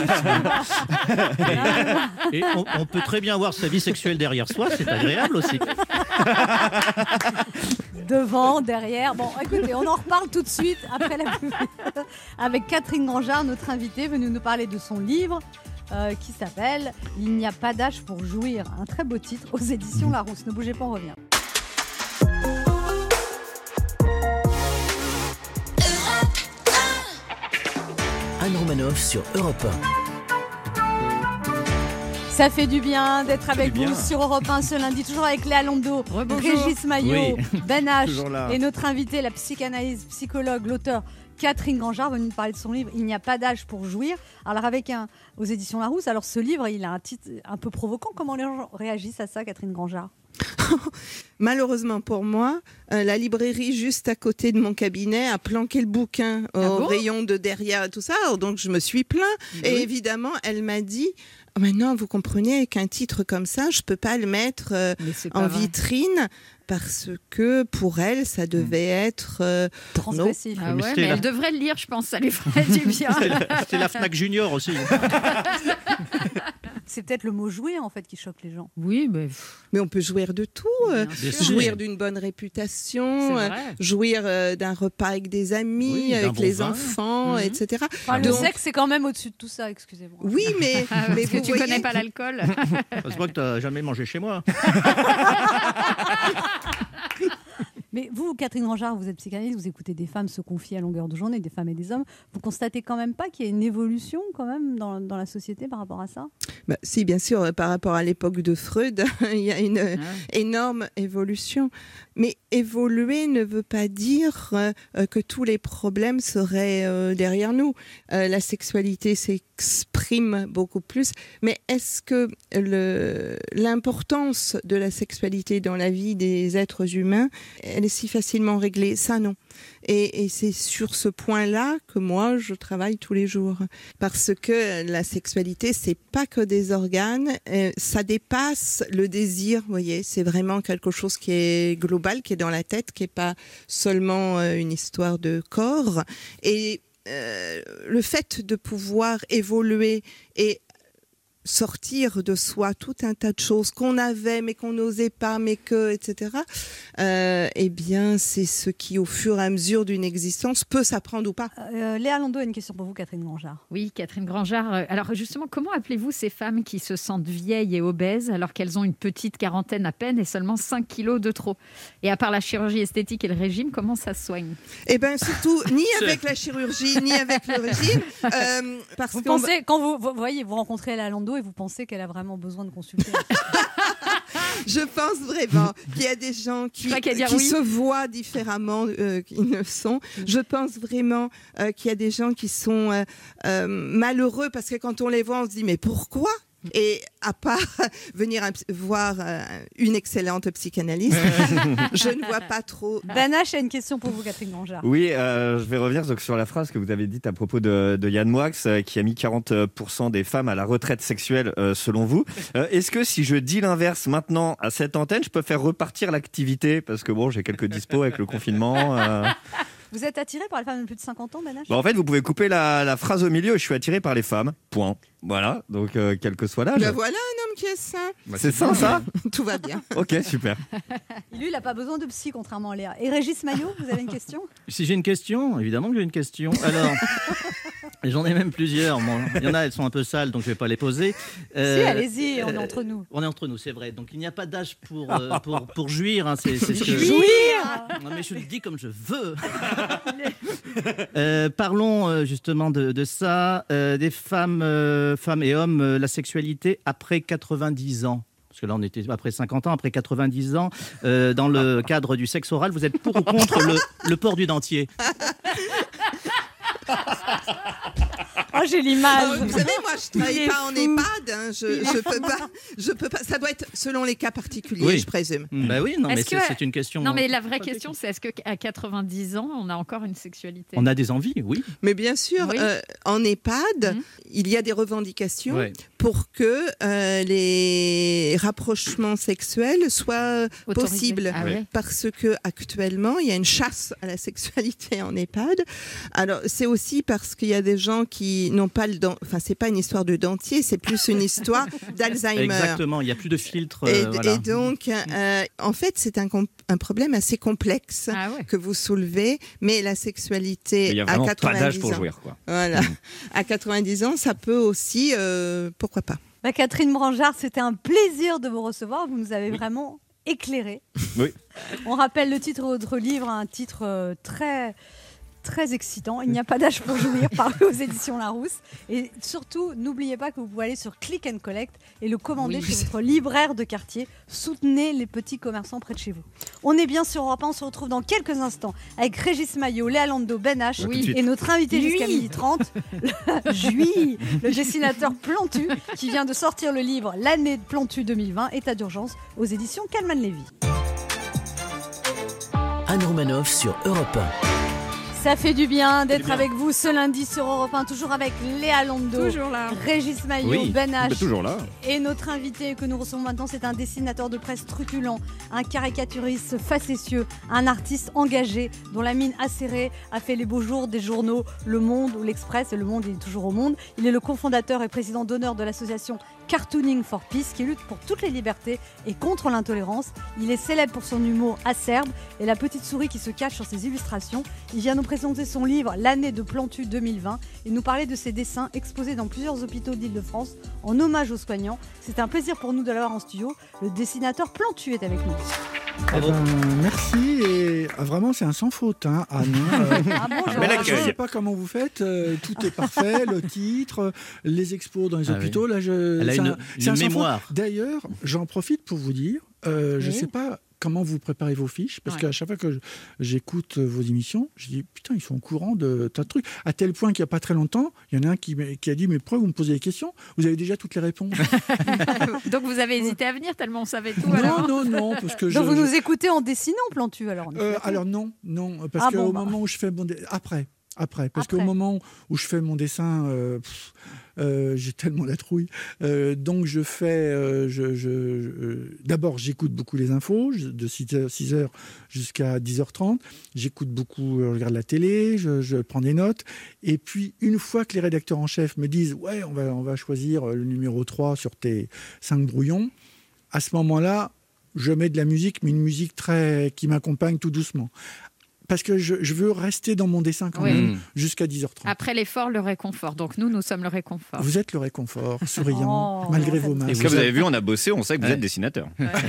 Et on peut très bien avoir sa vie sexuelle derrière soi, c'est agréable aussi. Devant, derrière. Bon, écoutez, on en reparle tout de suite après la pub avec Catherine Rangeard, notre invitée, venue nous parler de son livre qui s'appelle « Il n'y a pas d'âge pour jouir ». Un très beau titre aux éditions Larousse. Ne bougez pas, on revient. Anne Romanoff sur Europe 1. Ça fait du bien d'être avec bien. vous sur Europe 1 ce lundi, toujours avec Léa Londo, Régis Maillot, Oui. Ben H Toujours là. et notre invitée, la psychanalyste, psychologue, l'auteur Catherine Rangeard, venue nous parler de son livre « Il n'y a pas d'âge pour jouir ». Alors avec aux éditions Larousse, alors ce livre, il a un titre un peu provoquant. Comment les gens réagissent à ça, Catherine Rangeard ? Malheureusement pour moi, la librairie juste à côté de mon cabinet a planqué le bouquin au rayon de derrière et tout ça. Donc je me suis plaint. Et évidemment, elle m'a dit « Maintenant, vous comprenez qu'un titre comme ça, je peux pas le mettre en vitrine. » Parce que pour elle, ça devait être transgressif. Ah ouais, mais elle devrait le lire, je pense, ça lui ferait du bien. C'était la Fnac Junior aussi. C'est peut-être le mot jouir en fait qui choque les gens. Oui, mais on peut jouir de tout. Jouir d'une bonne réputation, jouir d'un repas avec des amis, avec les enfants, etc. Enfin, le sexe, c'est quand même au-dessus de tout ça, excusez-moi. Oui, mais parce que tu connais pas l'alcool. C'est pas que tu n'as jamais mangé chez moi. Mais vous, Catherine Rangeard, vous êtes psychanalyste, vous écoutez des femmes se confier à longueur de journée, des femmes et des hommes. Vous constatez quand même pas qu'il y a une évolution quand même dans la société par rapport à ça ? Si, bien sûr, par rapport à l'époque de Freud, il y a une énorme évolution. Mais évoluer ne veut pas dire que tous les problèmes seraient derrière nous. La sexualité s'exprime beaucoup plus. Mais est-ce que l'importance de la sexualité dans la vie des êtres humains, elle est si facilement réglée? Ça, non. Et c'est sur ce point-là que moi, je travaille tous les jours. Parce que la sexualité, c'est pas que des organes, ça dépasse le désir, vous voyez. C'est vraiment quelque chose qui est global, qui est dans la tête, qui est pas seulement une histoire de corps. Et le fait de pouvoir évoluer et sortir de soi tout un tas de choses qu'on avait mais qu'on n'osait pas, mais que, etc. Eh bien, c'est ce qui, au fur et à mesure d'une existence, peut s'apprendre ou pas. Léa Londo a une question pour vous, Catherine Rangeard. Oui, Catherine Rangeard. Alors justement, comment appelez-vous ces femmes qui se sentent vieilles et obèses alors qu'elles ont une petite quarantaine à peine et seulement 5 kilos de trop? Et à part la chirurgie esthétique et le régime, comment ça se soigne? Eh bien, surtout, ni avec la chirurgie, ni avec le régime. Parce vous pensez, quand vous voyez, vous rencontrez Léa Londo et vous pensez qu'elle a vraiment besoin de consulter? Je pense vraiment qu'il y a des gens qui se voient différemment qu'ils ne sont. Je pense vraiment qu'il y a des gens qui sont malheureux parce que quand on les voit, on se dit mais pourquoi? Et à part venir voir une excellente psychanalyste, je ne vois pas trop. Ben H a une question pour vous, Catherine Rangeard. Oui, je vais revenir donc sur la phrase que vous avez dite à propos de Yann Moix, qui a mis 40% des femmes à la retraite sexuelle, selon vous. Est-ce que si je dis l'inverse maintenant à cette antenne, je peux faire repartir l'activité? Parce que bon, j'ai quelques dispos avec le confinement. Vous êtes attiré par les femmes de plus de 50 ans, Ben H? Bah, en fait, vous pouvez couper la phrase au milieu. Je suis attiré par les femmes. Point. Voilà. Donc, quel que soit l'âge. Ben voilà un homme qui est sain. C'est sain, ça? Tout va bien. Ok, super. Lui, il n'a pas besoin de psy, contrairement à Léa. Et Régis Maillot, vous avez une question? Si j'ai une question, évidemment que j'ai une question. Alors, j'en ai même plusieurs. Bon, il y en a, elles sont un peu sales, donc je ne vais pas les poser. Si, allez-y, on est entre nous. On est entre nous, c'est vrai. Donc il n'y a pas d'âge pour jouir. Hein, c'est ce que... Jouir. Non, mais je le dis comme je veux. Parlons justement de ça, des femmes et hommes, la sexualité après 90 ans. Parce que là, on était après 50 ans, après 90 ans, dans le cadre du sexe oral, vous êtes pour ou contre le port du dentier? Oh, j'ai l'image. Vous savez, moi, je travaille pas en EHPAD. Hein, je peux pas. Ça doit être selon les cas particuliers, oui. Je présume. Bah oui, non, mais c'est une question. Non, mais la vraie question, c'est est-ce qu'à 90 ans, on a encore une sexualité? On a des envies, oui. Mais bien sûr, Oui. en EHPAD, il y a des revendications Ouais. pour que les rapprochements sexuels soient Autorisés. possibles. Ah ouais. Parce que actuellement, il y a une chasse à la sexualité en EHPAD. Alors, c'est aussi parce qu'il y a des gens qui n'ont pas le dentier. Enfin, c'est pas une histoire de dentier, c'est plus une histoire d'Alzheimer. Exactement, il n'y a plus de filtre. Et donc, en fait, c'est un problème assez complexe que vous soulevez, mais la sexualité Il y a à vraiment 90 pas d'âge pour ans, jouir, quoi. Voilà, à 90 ans, ça peut aussi, pourquoi pas. Bah, Catherine Branjard, c'était un plaisir de vous recevoir. Vous nous avez vraiment éclairé. Oui. On rappelle le titre de votre livre, un titre très excitant. Il n'y a pas d'âge pour jouir, paru aux éditions Larousse. Et surtout, n'oubliez pas que vous pouvez aller sur Click and Collect et le commander chez votre libraire de quartier. Soutenez les petits commerçants près de chez vous. On est bien sur Europe 1, on se retrouve dans quelques instants avec Régis Maillot, Léa Lando, Ben H et notre invité jusqu'à 12h30, le dessinateur Plantu, qui vient de sortir le livre L'année de Plantu 2020, état d'urgence, aux éditions Calman Lévy. Anne Romanoff sur Europe 1. Ça fait du bien d'être avec vous ce lundi sur Europe 1, toujours avec Léa Lando, Toujours là. Régis Maillot, Ben H. Toujours là. Et notre invité que nous recevons maintenant, c'est un dessinateur de presse truculent, un caricaturiste facétieux, un artiste engagé dont la mine acérée a fait les beaux jours des journaux Le Monde ou l'Express. Et Le Monde, il est toujours au Monde. Il est le cofondateur et président d'honneur de l'association Cartooning for Peace, qui lutte pour toutes les libertés et contre l'intolérance. Il est célèbre pour son humour acerbe et la petite souris qui se cache sur ses illustrations. Il vient nous présenter son livre L'année de Plantu 2020 et nous parler de ses dessins exposés dans plusieurs hôpitaux d'Île-de-France en hommage aux soignants. C'est un plaisir pour nous de l'avoir en studio. Le dessinateur Plantu est avec nous. Merci et vraiment c'est un sans faute, hein, Anne. Je ne sais pas comment vous faites, tout est parfait, le titre, les expos dans les hôpitaux. Oui. Là, Elle a une mémoire. D'ailleurs, j'en profite pour vous dire, je ne sais pas comment vous préparez vos fiches, parce qu'à chaque fois que j'écoute vos émissions, je dis putain, ils sont au courant de tas de trucs. À tel point qu'il n'y a pas très longtemps, il y en a un qui a dit mais pourquoi vous me posez des questions? Vous avez déjà toutes les réponses. Donc vous avez hésité à venir tellement on savait tout. Non, parce que donc vous nous écoutez en dessinant, Plantu, alors? Alors non, parce qu'au moment où je fais mon parce qu'au moment où je fais mon dessin, j'ai tellement la trouille. Donc je fais, d'abord j'écoute beaucoup les infos de 6h jusqu'à 10h30. J'écoute beaucoup, je regarde la télé, je prends des notes. Et puis une fois que les rédacteurs en chef me disent ouais, on va choisir le numéro 3 sur tes 5 brouillons, à ce moment-là, je mets de la musique, mais une musique qui m'accompagne tout doucement. Parce que je veux rester dans mon dessin quand même jusqu'à 10h30. Après l'effort, le réconfort. Donc nous sommes le réconfort. Vous êtes le réconfort, souriant, malgré vos masques. Et vous avez vu, on a bossé, on sait que vous êtes dessinateur.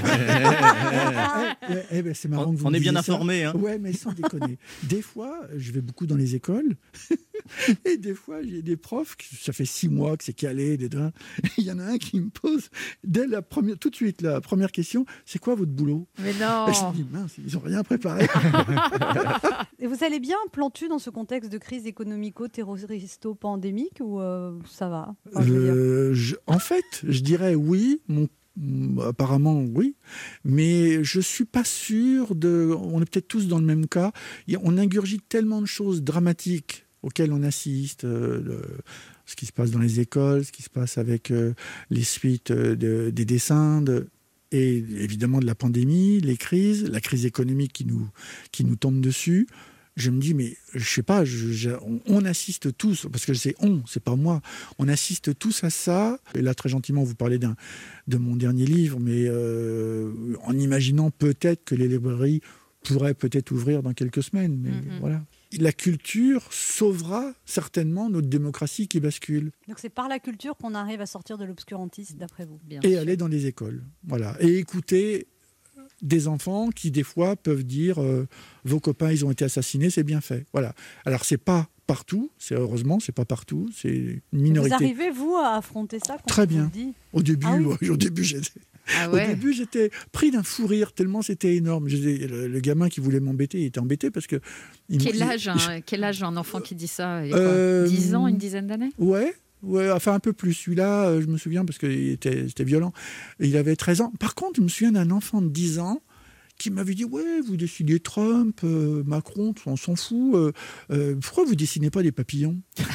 C'est marrant que vous on me est bien disiez ça. informés. Hein. Ouais, mais sans déconner. Des fois, je vais beaucoup dans les écoles. Et des fois, j'ai des profs, ça fait 6 mois que c'est calé, il y en a un qui me pose, tout de suite, la première question, c'est quoi votre boulot? Mais non. Et je me dis, mince, ils n'ont rien préparé. Et vous allez bien, Plantu, dans ce contexte de crise économico-terroristo-pandémique ou ça va? En fait, je dirais oui, apparemment oui, mais je suis pas sûr on est peut-être tous dans le même cas, on ingurgite tellement de choses dramatiques auxquelles on assiste, ce qui se passe dans les écoles, ce qui se passe avec les suites des dessins, et évidemment de la pandémie, les crises, la crise économique qui nous tombe dessus. je me dis, mais je sais pas, on assiste tous, parce que c'est pas moi, on assiste tous à ça. Et là, très gentiment, vous parlez de mon dernier livre, mais en imaginant peut-être que les librairies pourraient peut-être ouvrir dans quelques semaines. Mais voilà. La culture sauvera certainement notre démocratie qui bascule. Donc c'est par la culture qu'on arrive à sortir de l'obscurantisme, d'après vous. Et aller dans les écoles. Voilà. Et écouter des enfants qui, des fois, peuvent dire vos copains, ils ont été assassinés, c'est bien fait. Voilà. Alors, c'est pas partout, heureusement, c'est pas partout, c'est une minorité. Vous arrivez, vous, à affronter ça quand Très on bien. vous le dit Au début, j'étais pris d'un fou rire, tellement c'était énorme. Le gamin qui voulait m'embêter, il était embêté parce que... Quel âge un enfant qui dit ça? 10 ans, une dizaine d'années? Ouais, enfin un peu plus. Celui-là, je me souviens parce que c'était violent. Il avait 13 ans. Par contre, je me souviens d'un enfant de 10 ans qui m'avait dit « Ouais, vous dessinez Trump, Macron, on s'en fout. Pourquoi vous dessinez pas des papillons ?»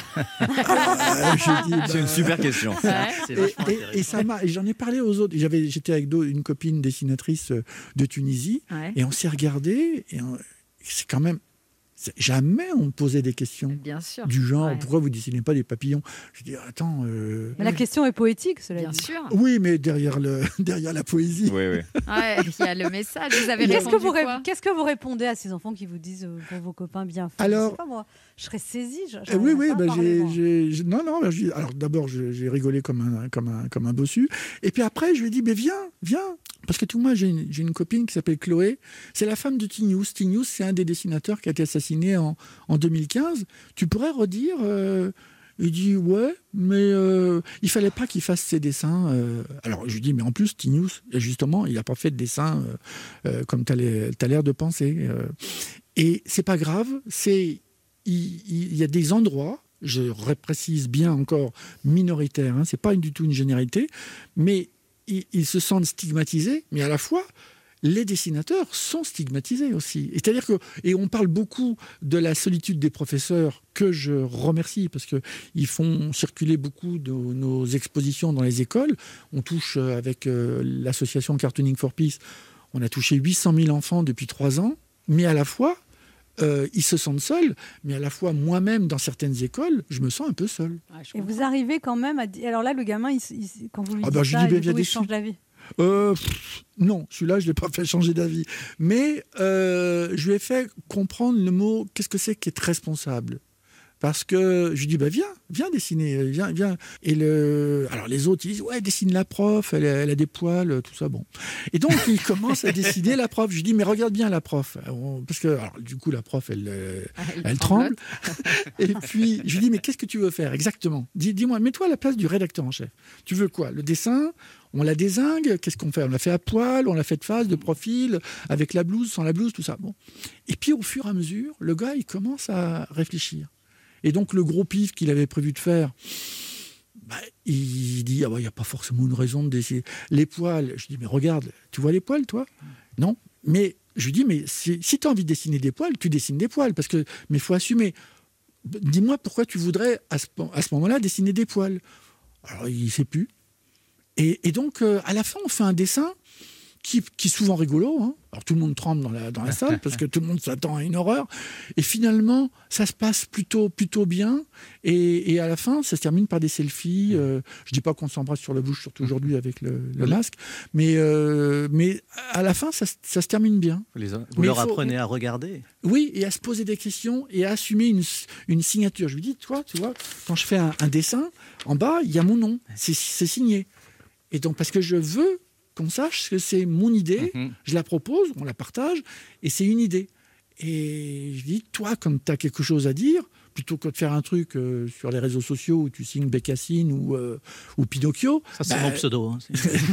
C'est une super question. Et j'en ai parlé aux autres. J'étais avec une copine dessinatrice de Tunisie et on s'est regardé et c'est quand même... Jamais on me posait des questions du genre pourquoi vous dessinez pas des papillons. Je dis attends. Mais la question est poétique, cela bien dit. sûr. Oui, mais derrière la poésie. Oui. Il y a le message. Vous avez répondu quoi? Qu'est-ce que vous répondez à ces enfants qui vous disent pour vos copains bien faits? Alors, je sais pas, moi, je serais saisie. Alors d'abord j'ai rigolé comme un bossu. Et puis après je lui ai dit viens. Parce que moi, j'ai une copine qui s'appelle Chloé. C'est la femme de Tignouz. Tignouz, c'est un des dessinateurs qui a été assassiné en 2015. Tu pourrais redire il dit ouais, mais il fallait pas qu'il fasse ses dessins. Alors je lui dis mais en plus Tignouz, justement, il n'a pas fait de dessin comme tu as l'air de penser. Et c'est pas grave. Il y a des endroits. Je précise bien encore minoritaires. C'est pas du tout une généralité, mais ils se sentent stigmatisés, mais à la fois, les dessinateurs sont stigmatisés aussi. C'est-à-dire et on parle beaucoup de la solitude des professeurs, que je remercie, parce qu'ils font circuler beaucoup de nos expositions dans les écoles. On touche, avec l'association Cartooning for Peace, on a touché 800 000 enfants depuis 3 ans, mais à la fois, ils se sentent seuls, mais à la fois moi-même dans certaines écoles, je me sens un peu seul. Et vous arrivez quand même à dire... Alors là, le gamin, quand vous lui dites il change d'avis. Non, celui-là, je ne l'ai pas fait changer d'avis. Mais je lui ai fait comprendre le mot, qu'est-ce que c'est qu'être responsable ? Parce que je lui dis, viens dessiner, viens. Et alors les autres, ils disent, ouais, dessine la prof, elle a des poils, tout ça, bon. Et donc, il commence à dessiner la prof. Je lui dis, mais regarde bien la prof. Parce que, alors, du coup, la prof, elle tremble. Et puis, je lui dis, mais qu'est-ce que tu veux faire exactement ? Dis-moi, mets-toi à la place du rédacteur en chef. Tu veux quoi ? Le dessin ? On la dézingue, qu'est-ce qu'on fait ? On l'a fait à poil, on l'a fait de face, de profil, avec la blouse, sans la blouse, tout ça. Bon. Et puis, au fur et à mesure, le gars, il commence à réfléchir. Et donc, le gros pif qu'il avait prévu de faire, il dit, il n'y a pas forcément une raison de dessiner. Les poils, je dis, mais regarde, tu vois les poils, toi ? Non. Mais je lui dis, mais si tu as envie de dessiner des poils, tu dessines des poils, mais il faut assumer. Dis-moi pourquoi tu voudrais, à ce moment-là, dessiner des poils. Alors, il ne sait plus. Et donc, à la fin, on fait un dessin qui est souvent rigolo. Hein. Alors, tout le monde tremble dans la salle parce que tout le monde s'attend à une horreur. Et finalement, ça se passe plutôt bien. Et à la fin, ça se termine par des selfies. Je ne dis pas qu'on s'embrasse sur la bouche, surtout aujourd'hui avec le masque. Mais à la fin, ça se termine bien. Vous leur apprenez à regarder ? Oui, et à se poser des questions et à assumer une signature. Je lui dis, toi, tu vois, quand je fais un dessin, en bas, il y a mon nom. C'est signé. Et donc, parce que je veux qu'on sache que c'est mon idée, je la propose, on la partage, et c'est une idée. Et je dis, toi, quand tu as quelque chose à dire, plutôt que de faire un truc sur les réseaux sociaux où tu signes Bécassine ou Pinocchio... Ça, c'est mon pseudo. Hein.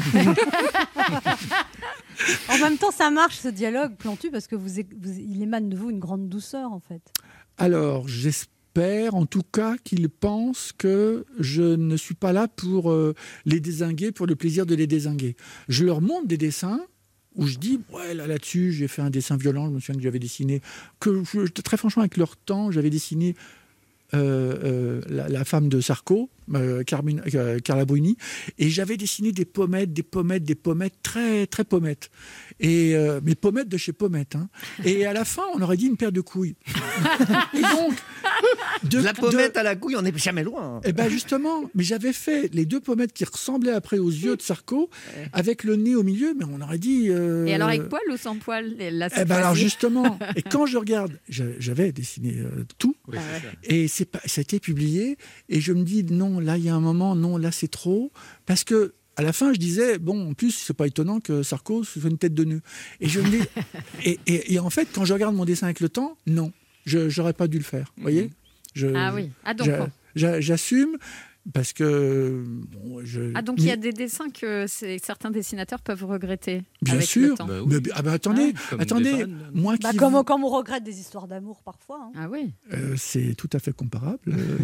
En même temps, ça marche, ce dialogue, Plantu, parce que il émane de vous une grande douceur, en fait. Alors, j'espère en tout cas qu'ils pensent que je ne suis pas là pour les dézinguer, pour le plaisir de les dézinguer. Je leur montre des dessins où je dis, ouais, là-dessus, j'ai fait un dessin violent, je me souviens que j'avais dessiné, très franchement, avec leur temps, j'avais dessiné la femme de Sarko, Carla Bruni, et j'avais dessiné des pommettes très très pommettes, et mais pommettes de chez Pommette, hein. Et à la fin on aurait dit une paire de couilles. Et donc de la pommette à la couille, on n'est jamais loin. Et ben justement, mais j'avais fait les 2 pommettes qui ressemblaient après aux yeux de Sarko, avec le nez au milieu, mais on aurait dit. Et alors avec poil ou sans poil là, alors justement, et quand je regarde, j'avais dessiné tout, et ça a été publié, et je me dis non, là il y a un moment, non, là c'est trop, parce que à la fin je disais bon, en plus c'est pas étonnant que Sarko se fait une tête de nœud, et je me dis et en fait quand je regarde mon dessin avec le temps, non, j'aurais pas dû le faire, vous voyez. Donc j'assume. Parce que donc il y a des dessins que certains dessinateurs peuvent regretter. Bien avec sûr. Le temps. Mais, attendez, moi qui comme on regrette des histoires d'amour parfois. Hein. Ah oui. C'est tout à fait comparable.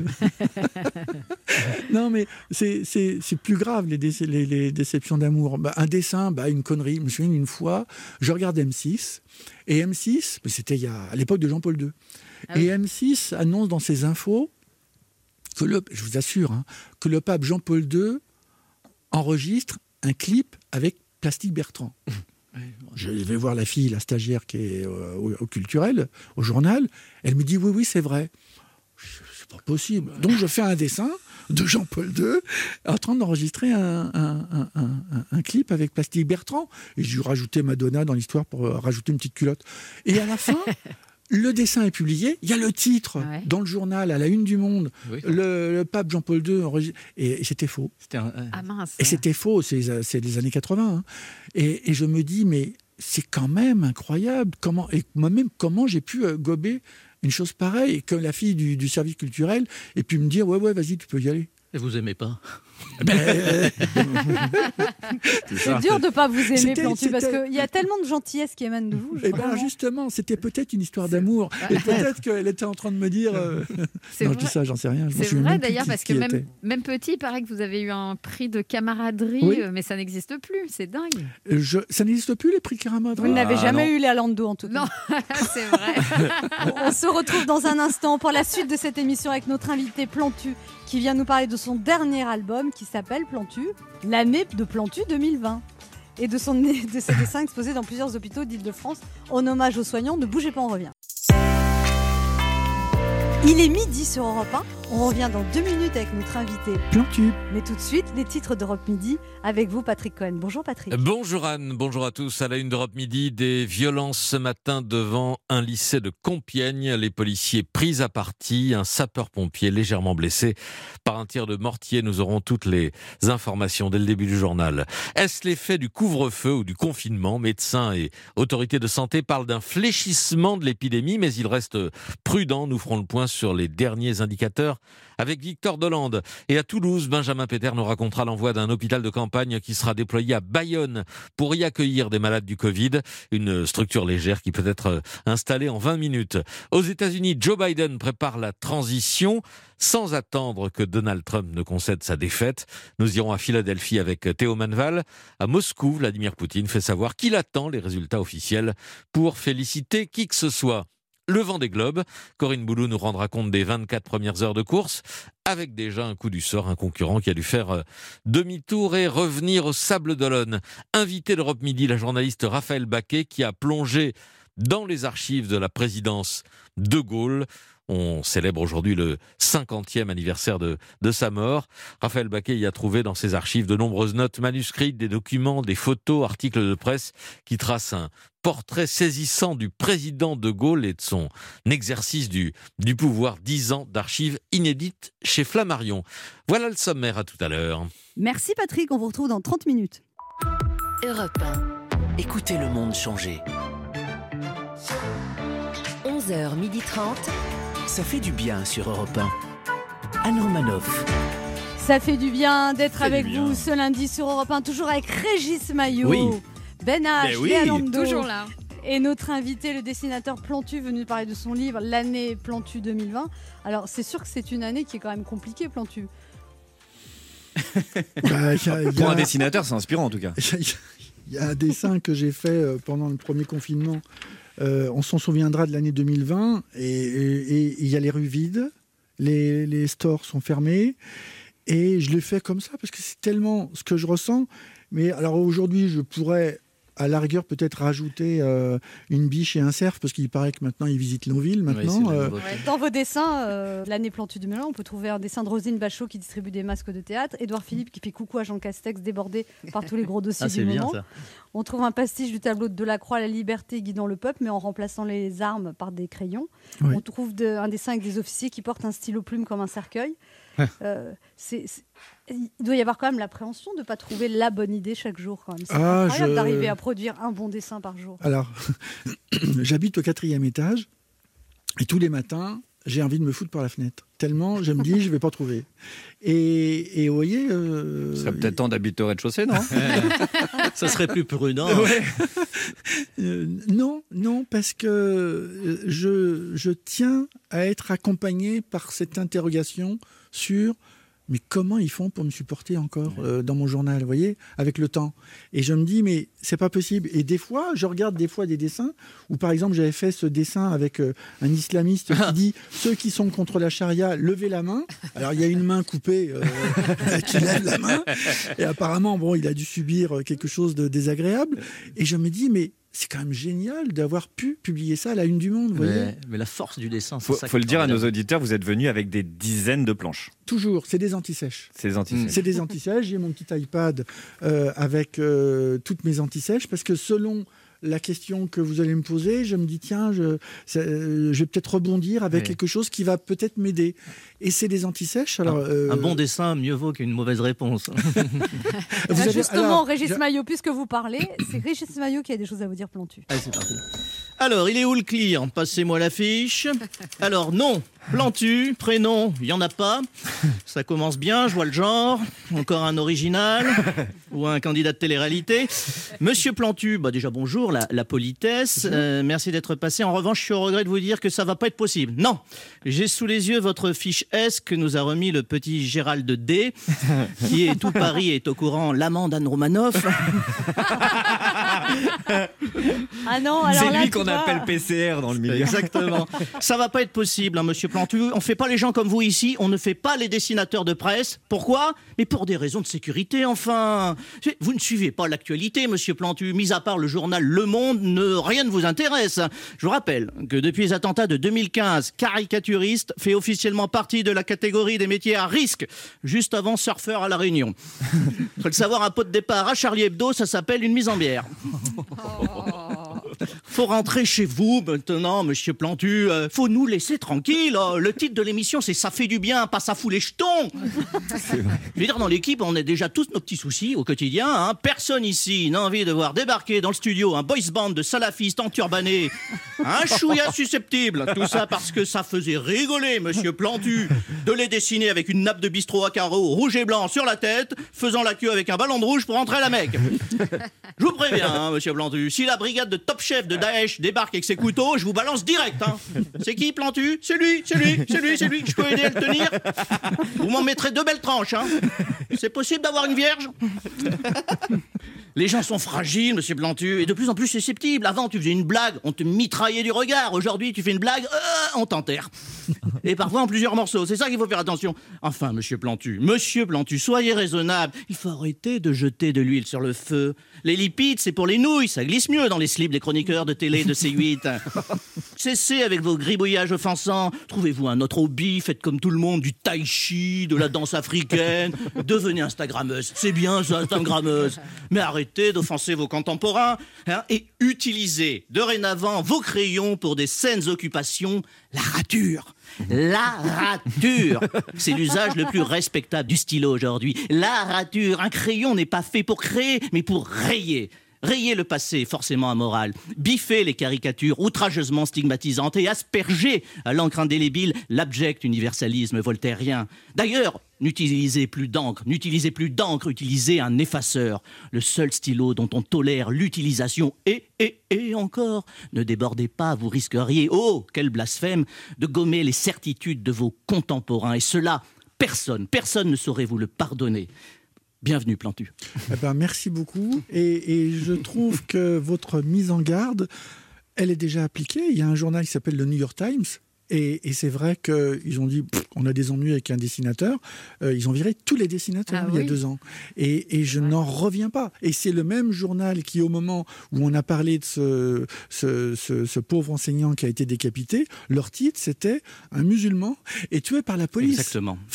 Non, mais c'est plus grave les déceptions d'amour. Un dessin, une connerie. Je me souviens une fois, je regarde M6 et M6, c'était à l'époque de Jean-Paul II, et M6 annonce dans ses infos. Je vous assure, que le pape Jean-Paul II enregistre un clip avec Plastique Bertrand. Je vais voir la fille, la stagiaire qui est au culturel, au journal. Elle me dit oui, c'est vrai. C'est pas possible. Donc je fais un dessin de Jean-Paul II en train d'enregistrer un clip avec Plastique Bertrand. Et je lui rajoutais Madonna dans l'histoire pour rajouter une petite culotte. Et à la fin... Le dessin est publié, il y a le titre dans le journal, à la une du Monde, le pape Jean-Paul II, et c'était faux. Mince. Et c'était faux, c'est des années 80. Hein. Et je me dis, mais c'est quand même incroyable, comment j'ai pu gober une chose pareille, et que la fille du service culturel ait pu me dire, ouais, vas-y, tu peux y aller. Et vous aimez pas? C'est dur de ne pas vous aimer, Plantu, parce qu'il y a tellement de gentillesse qui émane de vous. Justement, c'était peut-être une histoire d'amour. Et peut-être qu'elle était en train de me dire... Non, je dis ça, j'en sais rien. C'est vrai d'ailleurs, parce que même petit, il paraît que vous avez eu un prix de camaraderie, mais ça n'existe plus, c'est dingue. Ça n'existe plus, les prix de camaraderie? Vous n'avez jamais eu les Alando, en tout cas. Non, c'est vrai. On se retrouve dans un instant pour la suite de cette émission avec notre invité Plantu, qui vient nous parler de son dernier album qui s'appelle Plantu, l'année de Plantu 2020. Et de ses dessins exposés dans plusieurs hôpitaux d'Île-de-France en hommage aux soignants. Ne bougez pas, on revient. Il est midi sur Europe 1. On revient dans 2 minutes avec notre invité Plantu. Mais tout de suite, les titres d'Europe Midi avec vous, Patrick Cohen. Bonjour Patrick. Bonjour Anne, bonjour à tous. À la une d'Europe Midi, des violences ce matin devant un lycée de Compiègne. Les policiers pris à partie, un sapeur-pompier légèrement blessé par un tir de mortier. Nous aurons toutes les informations dès le début du journal. Est-ce l'effet du couvre-feu ou du confinement? Médecins et autorités de santé parlent d'un fléchissement de l'épidémie, mais ils restent prudents. Nous ferons le point sur les derniers indicateurs avec Victor Dolande. Et à Toulouse, Benjamin Péter nous racontera l'envoi d'un hôpital de campagne qui sera déployé à Bayonne pour y accueillir des malades du Covid. Une structure légère qui peut être installée en 20 minutes. Aux États-Unis, Joe Biden prépare la transition sans attendre que Donald Trump ne concède sa défaite. Nous irons à Philadelphie avec Théo Manval. À Moscou, Vladimir Poutine fait savoir qu'il attend les résultats officiels pour féliciter qui que ce soit. Le Vendée Globe, Corinne Boulou nous rendra compte des 24 premières heures de course, avec déjà un coup du sort, un concurrent qui a dû faire demi-tour et revenir au Sable d'Olonne. Invité d'Europe Midi, la journaliste Raphaël Baquet, qui a plongé dans les archives de la présidence de Gaulle. On célèbre aujourd'hui le 50e anniversaire de sa mort. Raphaël Baquet y a trouvé dans ses archives de nombreuses notes manuscrites, des documents, des photos, articles de presse qui tracent un portrait saisissant du président de Gaulle et de son exercice du pouvoir. 10 ans d'archives inédites chez Flammarion. Voilà le sommaire, à tout à l'heure. Merci Patrick, on vous retrouve dans 30 minutes. Europe 1. Écoutez le monde changer. 11h30. Ça fait du bien sur Europe 1. Anne Romanoff. Ça fait du bien d'être avec vous ce lundi sur Europe 1, toujours avec Régis Maillot, Ben H, Léa Lando, toujours là. Et notre invité, le dessinateur Plantu, venu parler de son livre L'année Plantu 2020. Alors c'est sûr que c'est une année qui est quand même compliquée, Plantu. Pour un dessinateur, c'est inspirant en tout cas. Il y a un dessin que j'ai fait pendant le premier confinement. On s'en souviendra de l'année 2020 et il y a les rues vides les stores sont fermés. Et je l'ai fait comme ça parce que c'est tellement ce que je ressens. Mais alors aujourd'hui, je pourrais à la rigueur peut-être rajouter une biche et un cerf parce qu'il paraît que maintenant ils visitent nos villes. Maintenant, Dans vos dessins, l'année Plantu 2001, on peut trouver un dessin de Roselyne Bachot qui distribue des masques de théâtre, Édouard Philippe qui fait coucou à Jean Castex débordé par tous les gros dossiers du moment. Ça. On trouve un pastiche du tableau de Delacroix, La liberté guidant le peuple, mais en remplaçant les armes par des crayons. Oui. On trouve un dessin avec des officiers qui portent un stylo plume comme un cercueil. Il doit y avoir quand même l'appréhension de ne pas trouver la bonne idée chaque jour. Quand même. C'est incroyable d'arriver à produire un bon dessin par jour. Alors, j'habite au 4e étage et tous les matins, j'ai envie de me foutre par la fenêtre. Tellement, je me dis, je ne vais pas trouver. Et vous voyez... Ce serait peut-être temps d'habiter au rez-de-chaussée, non? Ça serait plus prudent. Non, parce que je tiens à être accompagné par cette interrogation sur mais comment ils font pour me supporter encore dans mon journal, vous voyez, avec le temps. Et je me dis, mais c'est pas possible. Et des fois, je regarde des dessins où, par exemple, j'avais fait ce dessin avec un islamiste qui dit « Ceux qui sont contre la charia, levez la main ». Alors, il y a une main coupée qui lève la main. Et apparemment, il a dû subir quelque chose de désagréable. Et je me dis, mais c'est quand même génial d'avoir pu publier ça à la une du Monde. Vous voyez, mais la force du dessin, c'est ça. Faut le dire à nos auditeurs, vous êtes venus avec des dizaines de planches. Toujours, c'est des anti-sèches. C'est des anti-sèches. J'ai mon petit iPad avec toutes mes anti-sèches parce que selon la question que vous allez me poser, je me dis tiens, je vais peut-être rebondir avec quelque chose qui va peut-être m'aider. Et c'est des anti-sèches. Alors, un bon dessin, mieux vaut qu'une mauvaise réponse. Justement, Régis Maillot, puisque vous parlez, c'est Régis Maillot qui a des choses à vous dire, Plantu. Allez, c'est parti. Alors, il est où le client? Passez-moi l'affiche. Alors, nom, Plantu, prénom, il n'y en a pas. Ça commence bien, je vois le genre. Encore un original ou un candidat de télé-réalité. Monsieur Plantu, déjà bonjour, la politesse. Merci d'être passé. En revanche, je suis au regret de vous dire que ça ne va pas être possible. Non, j'ai sous les yeux votre fiche S que nous a remis le petit Gérald D, qui est tout Paris est au courant, l'amant d'Anne Romanoff. Ah non, alors c'est là, lui qu'on appelle PCR dans le milieu. Exactement. Ça va pas être possible, hein, monsieur Plantu. On fait pas les gens comme vous ici, on ne fait pas les dessinateurs de presse. Pourquoi? Mais pour des raisons de sécurité, enfin. Vous ne suivez pas l'actualité, monsieur Plantu. Mis à part le journal Le Monde, rien ne vous intéresse. Je vous rappelle que depuis les attentats de 2015, caricaturiste fait officiellement partie de la catégorie des métiers à risque, juste avant surfeur à La Réunion. Faut le savoir, un pot de départ à Charlie Hebdo, ça s'appelle une mise en bière. Faut rentrer chez vous maintenant, monsieur Plantu. Faut nous laisser tranquilles. Le titre de l'émission, c'est « Ça fait du bien, pas ça fout les jetons ». Je veux dire, dans l'équipe, on a déjà tous nos petits soucis au quotidien. Hein. Personne ici n'a envie de voir débarquer dans le studio un boys band de salafistes enturbanés, un chouïa susceptible. Tout ça parce que ça faisait rigoler monsieur Plantu de les dessiner avec une nappe de bistrot à carreaux rouge et blanc sur la tête, faisant la queue avec un ballon de rouge pour entrer à la Mecque. Je vous préviens, hein, monsieur Plantu, si la brigade de top chef de Daesh débarque avec ses couteaux, je vous balance direct. Hein. C'est qui, Plantu? C'est lui. Je peux aider à le tenir? Vous m'en mettrez 2 belles tranches. Hein. C'est possible d'avoir une vierge? Les gens sont fragiles, monsieur Plantu, et de plus en plus susceptibles. Avant, tu faisais une blague, on te mitraillait du regard. Aujourd'hui, tu fais une blague, on t'enterre. Et parfois en plusieurs morceaux. C'est ça qu'il faut faire attention. Enfin, monsieur Plantu, soyez raisonnable. Il faut arrêter de jeter de l'huile sur le feu. Les lipides, c'est pour les nouilles. Ça glisse mieux dans les slips des chroniqueurs de télé de C8. Cessez avec vos gribouillages offensants. Trouvez-vous un autre hobby. Faites comme tout le monde, du tai chi, de la danse africaine. Devenez instagrammeuse. C'est bien ça, instagrammeuse. Mais arrêtez d'offenser vos contemporains et utilisez dorénavant vos crayons pour des saines occupations. La rature. La rature, c'est l'usage le plus respectable du stylo aujourd'hui. La rature, un crayon n'est pas fait pour créer, mais pour rayer. Rayer le passé, forcément amoral, biffer les caricatures outrageusement stigmatisantes et asperger à l'encre indélébile l'abject universalisme voltairien. D'ailleurs, n'utilisez plus d'encre, utilisez un effaceur. Le seul stylo dont on tolère l'utilisation et encore, ne débordez pas, vous risqueriez, oh, quel blasphème, de gommer les certitudes de vos contemporains. Et cela, personne ne saurait vous le pardonner. Bienvenue, Plantu. Merci beaucoup. Et je trouve que votre mise en garde, elle est déjà appliquée. Il y a un journal qui s'appelle le New York Times Et c'est vrai qu'ils ont dit, on a des ennuis avec un dessinateur. Ils ont viré tous les dessinateurs il y a 2 ans. Et je n'en reviens pas. Et c'est le même journal qui, au moment où on a parlé de ce pauvre enseignant qui a été décapité, leur titre, c'était « Un musulman est tué par la police française ».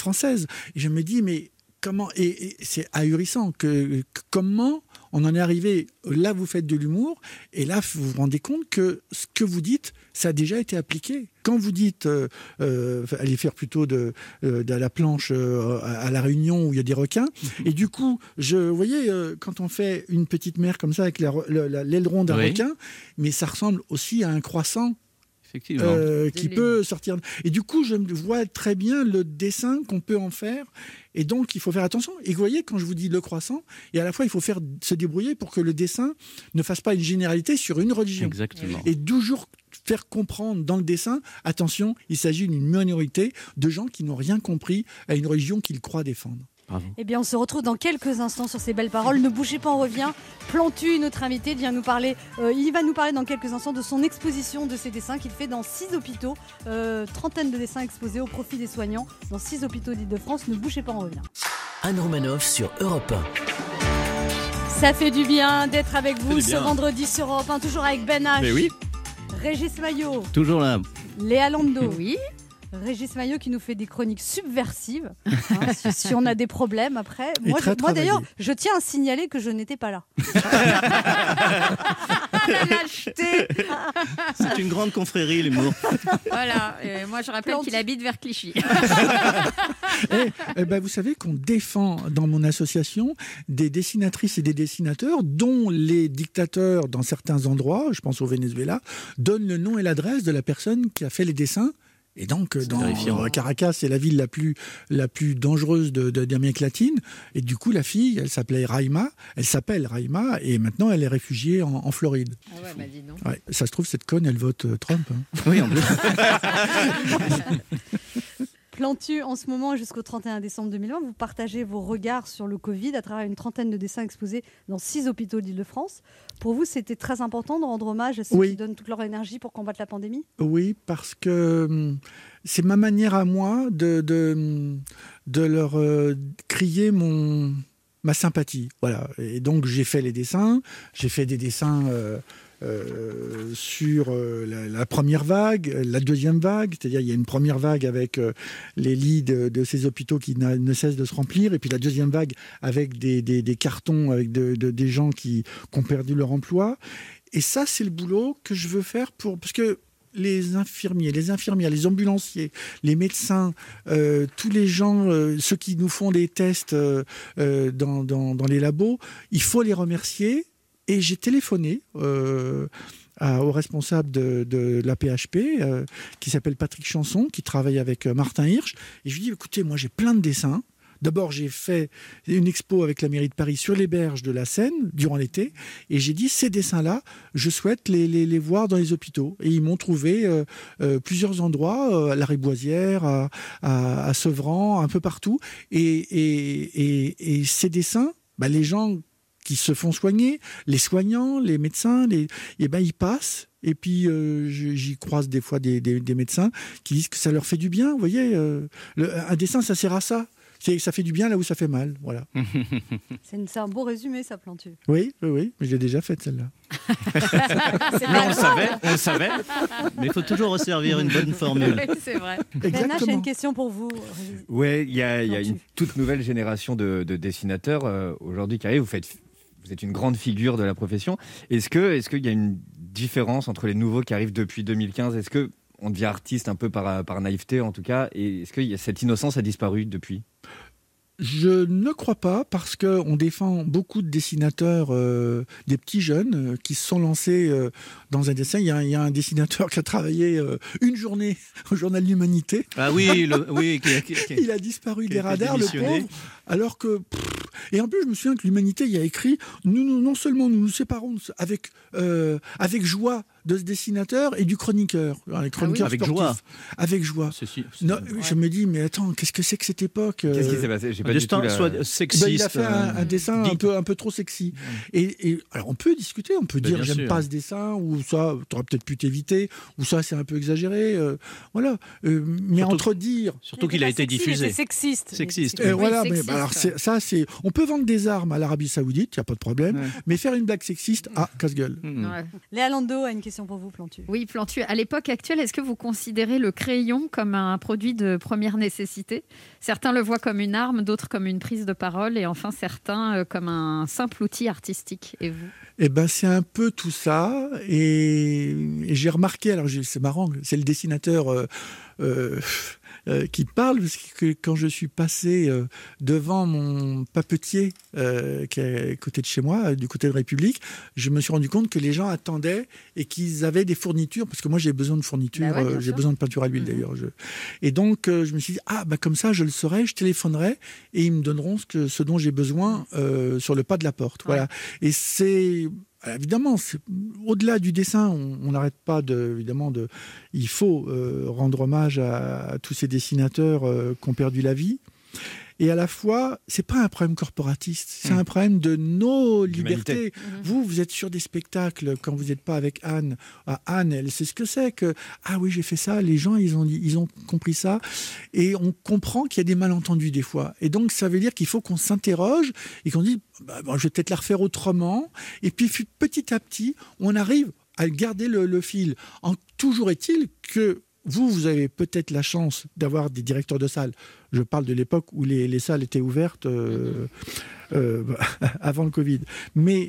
Et je me dis, mais comment... Et c'est ahurissant. Comment on en est arrivé... Là, vous faites de l'humour, et là, vous vous rendez compte que ce que vous dites, ça a déjà été appliqué. Quand vous dites, allez faire plutôt de la planche à La Réunion où il y a des requins, et du coup, vous voyez, quand on fait une petite mer comme ça avec l'aileron d'un requin, mais ça ressemble aussi à un croissant. Qui peut sortir. Et du coup, je vois très bien le dessin qu'on peut en faire. Et donc, il faut faire attention. Et vous voyez, quand je vous dis le croissant, et à la fois, il faut se débrouiller pour que le dessin ne fasse pas une généralité sur une religion. Exactement. Et toujours faire comprendre dans le dessin, attention, il s'agit d'une minorité de gens qui n'ont rien compris à une religion qu'ils croient défendre. Bravo. Eh bien, on se retrouve dans quelques instants sur ces belles paroles. Ne bougez pas, on revient. Plantu, notre invité, vient nous parler. Il va nous parler dans quelques instants de son exposition de ses dessins qu'il fait dans 6 hôpitaux. 30aine de dessins exposés au profit des soignants dans 6 hôpitaux d'Île-de-France. Ne bougez pas, on revient. Anne Romanoff sur Europe 1. Ça fait du bien d'être avec vous ce vendredi sur Europe 1, toujours avec Ben H. Mais oui. Régis Maillot. Toujours là. Léa Lando. Oui. Régis Maillot qui nous fait des chroniques subversives, si on a des problèmes après. Moi d'ailleurs, je tiens à signaler que je n'étais pas là. La lâcheté. C'est une grande confrérie, l'humour. Voilà, moi je rappelle qu'il habite vers Clichy. Vous savez qu'on défend dans mon association des dessinatrices et des dessinateurs dont les dictateurs, dans certains endroits, je pense au Venezuela, donnent le nom et l'adresse de la personne qui a fait les dessins. Et donc, dans Caracas, c'est la ville la plus dangereuse d'Amérique latine. Et du coup, la fille, elle s'appelle Raima, et maintenant, elle est réfugiée en Floride. Ah ouais, bah dis donc. Ouais, ça se trouve, cette conne, elle vote Trump. Hein. Oui, en plus. Plantu, en ce moment, jusqu'au 31 décembre 2020, vous partagez vos regards sur le Covid à travers une 30aine de dessins exposés dans 6 hôpitaux d'Île-de-France. Pour vous, c'était très important de rendre hommage à ceux qui donnent toute leur énergie pour combattre la pandémie ? Oui, parce que c'est ma manière à moi de leur crier ma sympathie. Voilà. Et donc, j'ai fait les dessins. J'ai fait des dessins... sur la première vague, la deuxième vague, c'est-à-dire il y a une première vague avec les lits de ces hôpitaux qui ne cessent de se remplir, et puis la deuxième vague avec des cartons avec des gens qui ont perdu leur emploi. Et ça, c'est le boulot que je veux faire parce que les infirmiers, les infirmières, les ambulanciers, les médecins, tous les gens, ceux qui nous font des tests dans les labos, il faut les remercier. Et j'ai téléphoné au responsable de la PHP, qui s'appelle Patrick Chanson, qui travaille avec Martin Hirsch. Et je lui ai dit, écoutez, moi j'ai plein de dessins. D'abord, j'ai fait une expo avec la mairie de Paris sur les berges de la Seine durant l'été. Et j'ai dit, ces dessins-là, je souhaite les voir dans les hôpitaux. Et ils m'ont trouvé plusieurs endroits, à la Riboisière, à Sevran, un peu partout. Et ces dessins, les gens qui se font soigner, les soignants, les médecins, ils passent. Et puis, j'y croise des fois des médecins qui disent que ça leur fait du bien. Vous voyez, un dessin, ça sert à ça. Ça fait du bien là où ça fait mal. Voilà. C'est un beau résumé, ça, Plantu. Oui, mais je l'ai déjà faite, celle-là. On le savait. Mais il faut toujours resservir une bonne formule. Oui, c'est vrai. Ben H, j'ai une question pour vous. Oui, il y a une toute nouvelle génération de dessinateurs aujourd'hui qui arrive. Vous êtes une grande figure de la profession. Est-ce qu'il y a une différence entre les nouveaux qui arrivent depuis 2015 ? Est-ce qu'on devient artiste un peu par naïveté en tout cas ? Et est-ce que cette innocence a disparu depuis ? Je ne crois pas, parce qu'on défend beaucoup de dessinateurs, des petits jeunes qui se sont lancés dans un dessin. Il y a un dessinateur qui a travaillé une journée au Journal de l'Humanité. Ah oui, il a disparu des radars, le pauvre. Alors que... Et en plus, je me souviens que l'Humanité y a écrit « Non seulement nous nous séparons avec joie de ce dessinateur et du chroniqueur. Les chroniqueurs avec sportifs. joie. Avec joie. Je me dis, mais attends, qu'est-ce que c'est que cette époque Qu'est-ce qui s'est passé? J'ai pas du tout sexiste. Il a fait un dessin un peu trop sexy. Et alors, on peut discuter, on peut dire, j'aime pas ce dessin, ou ça, tu aurais peut-être pu t'éviter, ou ça, c'est un peu exagéré. Voilà. Mais surtout qu'il a été diffusé. C'est sexiste. Voilà, mais alors ça, c'est. On peut vendre des armes à l'Arabie Saoudite, il n'y a pas de problème, mais faire une blague sexiste, casse-gueule. Léa Landau a une question pour vous, Plantu. Oui, Plantu. À l'époque actuelle, est-ce que vous considérez le crayon comme un produit de première nécessité? Certains le voient comme une arme, d'autres comme une prise de parole, et enfin certains comme un simple outil artistique. Et vous? Eh ben, c'est un peu tout ça. Et j'ai remarqué, alors c'est marrant, c'est le dessinateur qui parle, parce que quand je suis passé devant mon papetier qui est à côté de chez moi, du côté de République, je me suis rendu compte que les gens attendaient et qu'ils avaient des fournitures, parce que moi j'ai besoin de fournitures, j'ai besoin de peinture à l'huile d'ailleurs. Et donc je me suis dit, comme ça je le saurai, je téléphonerai et ils me donneront ce dont j'ai besoin sur le pas de la porte. Voilà. Et c'est... Évidemment, au-delà du dessin, on n'arrête pas il faut rendre hommage à tous ces dessinateurs qui ont perdu la vie. Et à la fois, c'est pas un problème corporatiste, c'est un problème de nos libertés. Vous êtes sur des spectacles quand vous n'êtes pas avec Anne. Anne, elle sait ce que c'est que oui, j'ai fait ça. Les gens, ils ont compris ça, et on comprend qu'il y a des malentendus des fois. Et donc, ça veut dire qu'il faut qu'on s'interroge et qu'on dise, je vais peut-être la refaire autrement. Et puis, petit à petit, on arrive à garder le fil. Toujours est-il que vous avez peut-être la chance d'avoir des directeurs de salles. Je parle de l'époque où les salles étaient ouvertes avant le Covid. Mais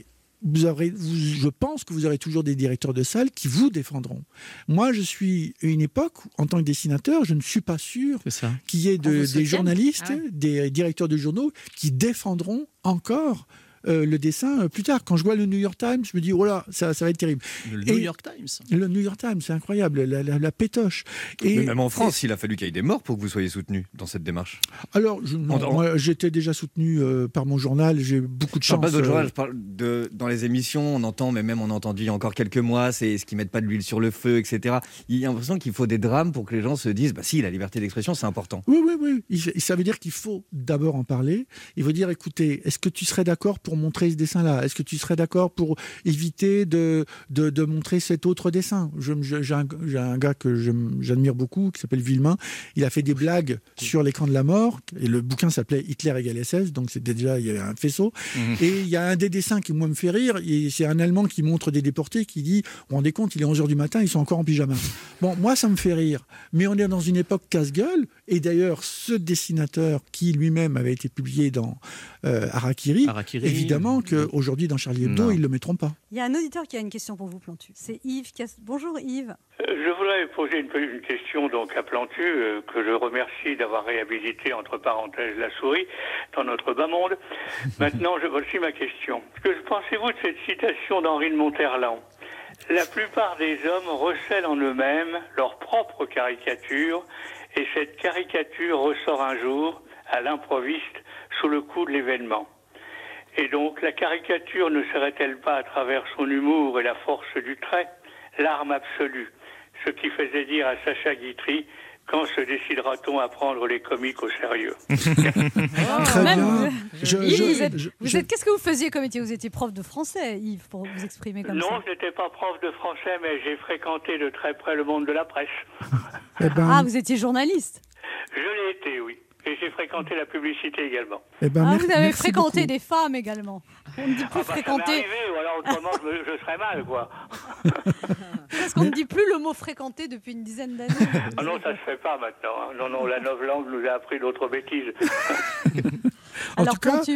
je pense que vous aurez toujours des directeurs de salles qui vous défendront. Moi, je suis à une époque où, en tant que dessinateur, je ne suis pas sûr qu'il y ait des journalistes, des directeurs de journaux qui défendront encore le dessin plus tard. Quand je vois le New York Times, je me dis, oh là, ça va être terrible. Le New York Times, c'est incroyable, la pétoche. Mais même en France, il a fallu qu'il y ait des morts pour que vous soyez soutenu dans cette démarche. Alors, moi, j'étais déjà soutenu par mon journal, j'ai beaucoup de chance. Je parle pas d'autre journal, je parle dans les émissions, on entend, mais même on a entendu il y a encore quelques mois, c'est ce qui mettent pas de l'huile sur le feu, etc. Il y a l'impression qu'il faut des drames pour que les gens se disent, si, la liberté d'expression, c'est important. Oui. Ça veut dire qu'il faut d'abord en parler. Il faut dire, écoutez, est-ce que tu serais d'accord pour montrer ce dessin-là? Est-ce que tu serais d'accord pour éviter de montrer cet autre dessin? J'ai un gars que j'admire beaucoup, qui s'appelle Villemain. Il a fait des blagues sur l'écran de la mort, et le bouquin s'appelait Hitler égale SS, donc c'était déjà, il y avait un faisceau. Et il y a un des dessins qui, moi, me fait rire, et c'est un Allemand qui montre des déportés, qui dit, vous vous rendez compte, il est 11h du matin, ils sont encore en pyjama. Bon, moi, ça me fait rire. Mais on est dans une époque casse-gueule, et d'ailleurs, ce dessinateur qui lui-même avait été publié dans Harakiri, évidemment qu'aujourd'hui dans Charlie Hebdo, ils ne le mettront pas. Il y a un auditeur qui a une question pour vous, Plantu. C'est Yves. Bonjour Yves. Je voudrais poser une question donc à Plantu, que je remercie d'avoir réhabilité entre parenthèses la souris dans notre bas monde. Maintenant, voici ma question. Que pensez-vous de cette citation d'Henri de Monterland? La plupart des hommes recèlent en eux-mêmes leur propre caricature, et cette caricature ressort un jour à l'improviste sous le coup de l'événement. Et donc, la caricature ne serait-elle pas, à travers son humour et la force du trait, l'arme absolue? Ce qui faisait dire à Sacha Guitry, quand se décidera-t-on à prendre les comiques au sérieux? Très bien. Qu'est-ce que vous faisiez comme métier? Vous étiez prof de français, Yves, pour vous exprimer comme ça? Non, je n'étais pas prof de français, mais j'ai fréquenté de très près le monde de la presse. Vous étiez journaliste? Je l'ai été, oui. Et j'ai fréquenté la publicité également. Vous avez fréquenté des femmes également. On ne dit plus fréquenter. Ça m'est arrivé, ou alors autrement je serais mal, quoi. Parce qu'on ne dit plus le mot fréquenter depuis une dizaine d'années. Ah non, ça ne se fait pas maintenant. Non, la novlangue nous a appris d'autres bêtises. En tout cas,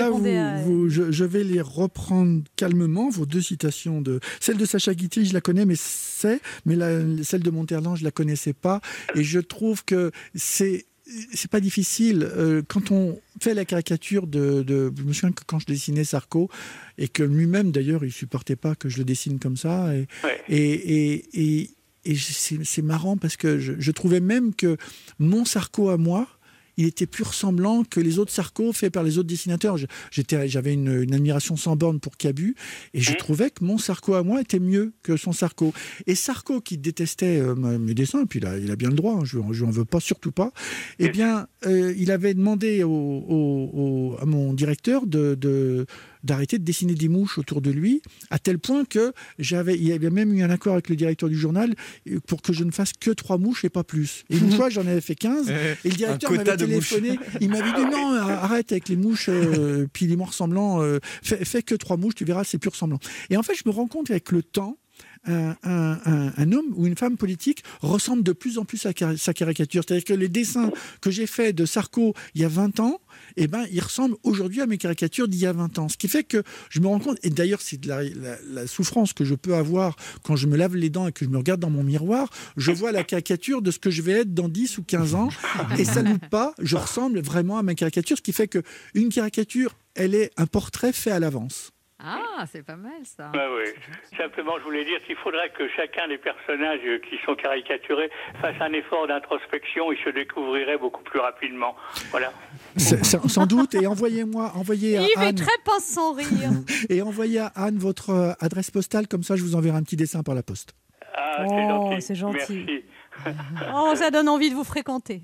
je vais les reprendre calmement, vos deux citations. Celle de Sacha Guitry, je la connais, mais celle de Monterland, je la connaissais pas. Et je trouve que c'est pas difficile. Quand on fait la caricature je me souviens que quand je dessinais Sarko, et que lui-même d'ailleurs il supportait pas que je le dessine comme ça, et c'est marrant parce que je trouvais même que mon Sarko à moi, il était plus ressemblant que les autres Sarko faits par les autres dessinateurs. J'avais une admiration sans borne pour Cabu et je trouvais que mon Sarko à moi était mieux que son Sarko. Et Sarko, qui détestait mes dessins, et puis il a bien le droit, hein, je n'en veux pas, surtout pas, eh bien, il avait demandé à mon directeur d'arrêter de dessiner des mouches autour de lui, à tel point que il y avait même eu un accord avec le directeur du journal pour que je ne fasse que 3 mouches et pas plus. Et une fois, j'en avais fait 15, et le directeur m'avait téléphoné, il m'avait dit non, arrête avec les mouches, puis les moins ressemblants, fais que 3 mouches, tu verras, c'est plus ressemblant. Et en fait, je me rends compte avec le temps, un homme ou une femme politique ressemble de plus en plus à sa caricature. C'est-à-dire que les dessins que j'ai faits de Sarko il y a 20 ans, eh ben, ils ressemblent aujourd'hui à mes caricatures d'il y a 20 ans. Ce qui fait que je me rends compte, et d'ailleurs c'est de la souffrance que je peux avoir quand je me lave les dents et que je me regarde dans mon miroir, je vois la caricature de ce que je vais être dans 10 ou 15 ans, et ça ne loupe pas, je ressemble vraiment à ma caricature, ce qui fait qu'une caricature, elle est un portrait fait à l'avance. Ah, c'est pas mal ça. Oui. Simplement, je voulais dire qu'il faudrait que chacun des personnages qui sont caricaturés fasse un effort d'introspection. Ils se découvriraient beaucoup plus rapidement. Voilà. Sans doute. Et envoyez à Yves Anne. est très pince sans rire. Et envoyez à Anne votre adresse postale, comme ça je vous enverrai un petit dessin par la poste. Ah, c'est gentil. Merci. Oh, ça donne envie de vous fréquenter.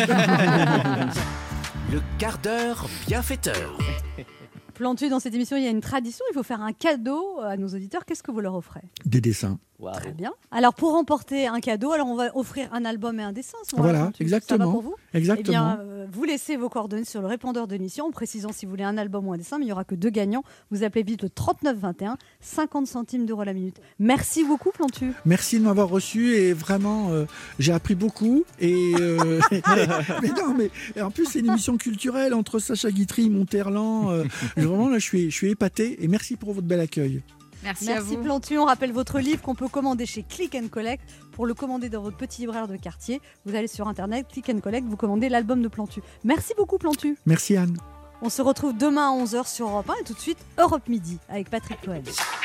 Le quart d'heure bienfaiteur. Plantu, dans cette émission, il y a une tradition, il faut faire un cadeau à nos auditeurs. Qu'est-ce que vous leur offrez ? Des dessins. Wow. Très bien. Alors, pour remporter un cadeau, on va offrir un album et un dessin. Voilà, exactement. Ça va pour vous ? Exactement. Eh bien, vous laissez vos coordonnées sur le répondeur de l'émission en précisant si vous voulez un album ou un dessin, mais il n'y aura que 2 gagnants. Vous appelez vite le 3921, 50 centimes d'euros la minute. Merci beaucoup, Plantu. Merci de m'avoir reçu et vraiment, j'ai appris beaucoup. Et mais en plus, c'est une émission culturelle entre Sacha Guitry, Monterland. Vraiment, là, je suis épaté et merci pour votre bel accueil. Merci à vous. Plantu. On rappelle votre livre qu'on peut commander chez Click & Collect. Pour le commander dans votre petit libraire de quartier, vous allez sur internet, Click & Collect, vous commandez l'album de Plantu. Merci beaucoup, Plantu. Merci, Anne. On se retrouve demain à 11h sur Europe 1 et tout de suite Europe Midi avec Patrick Cohen.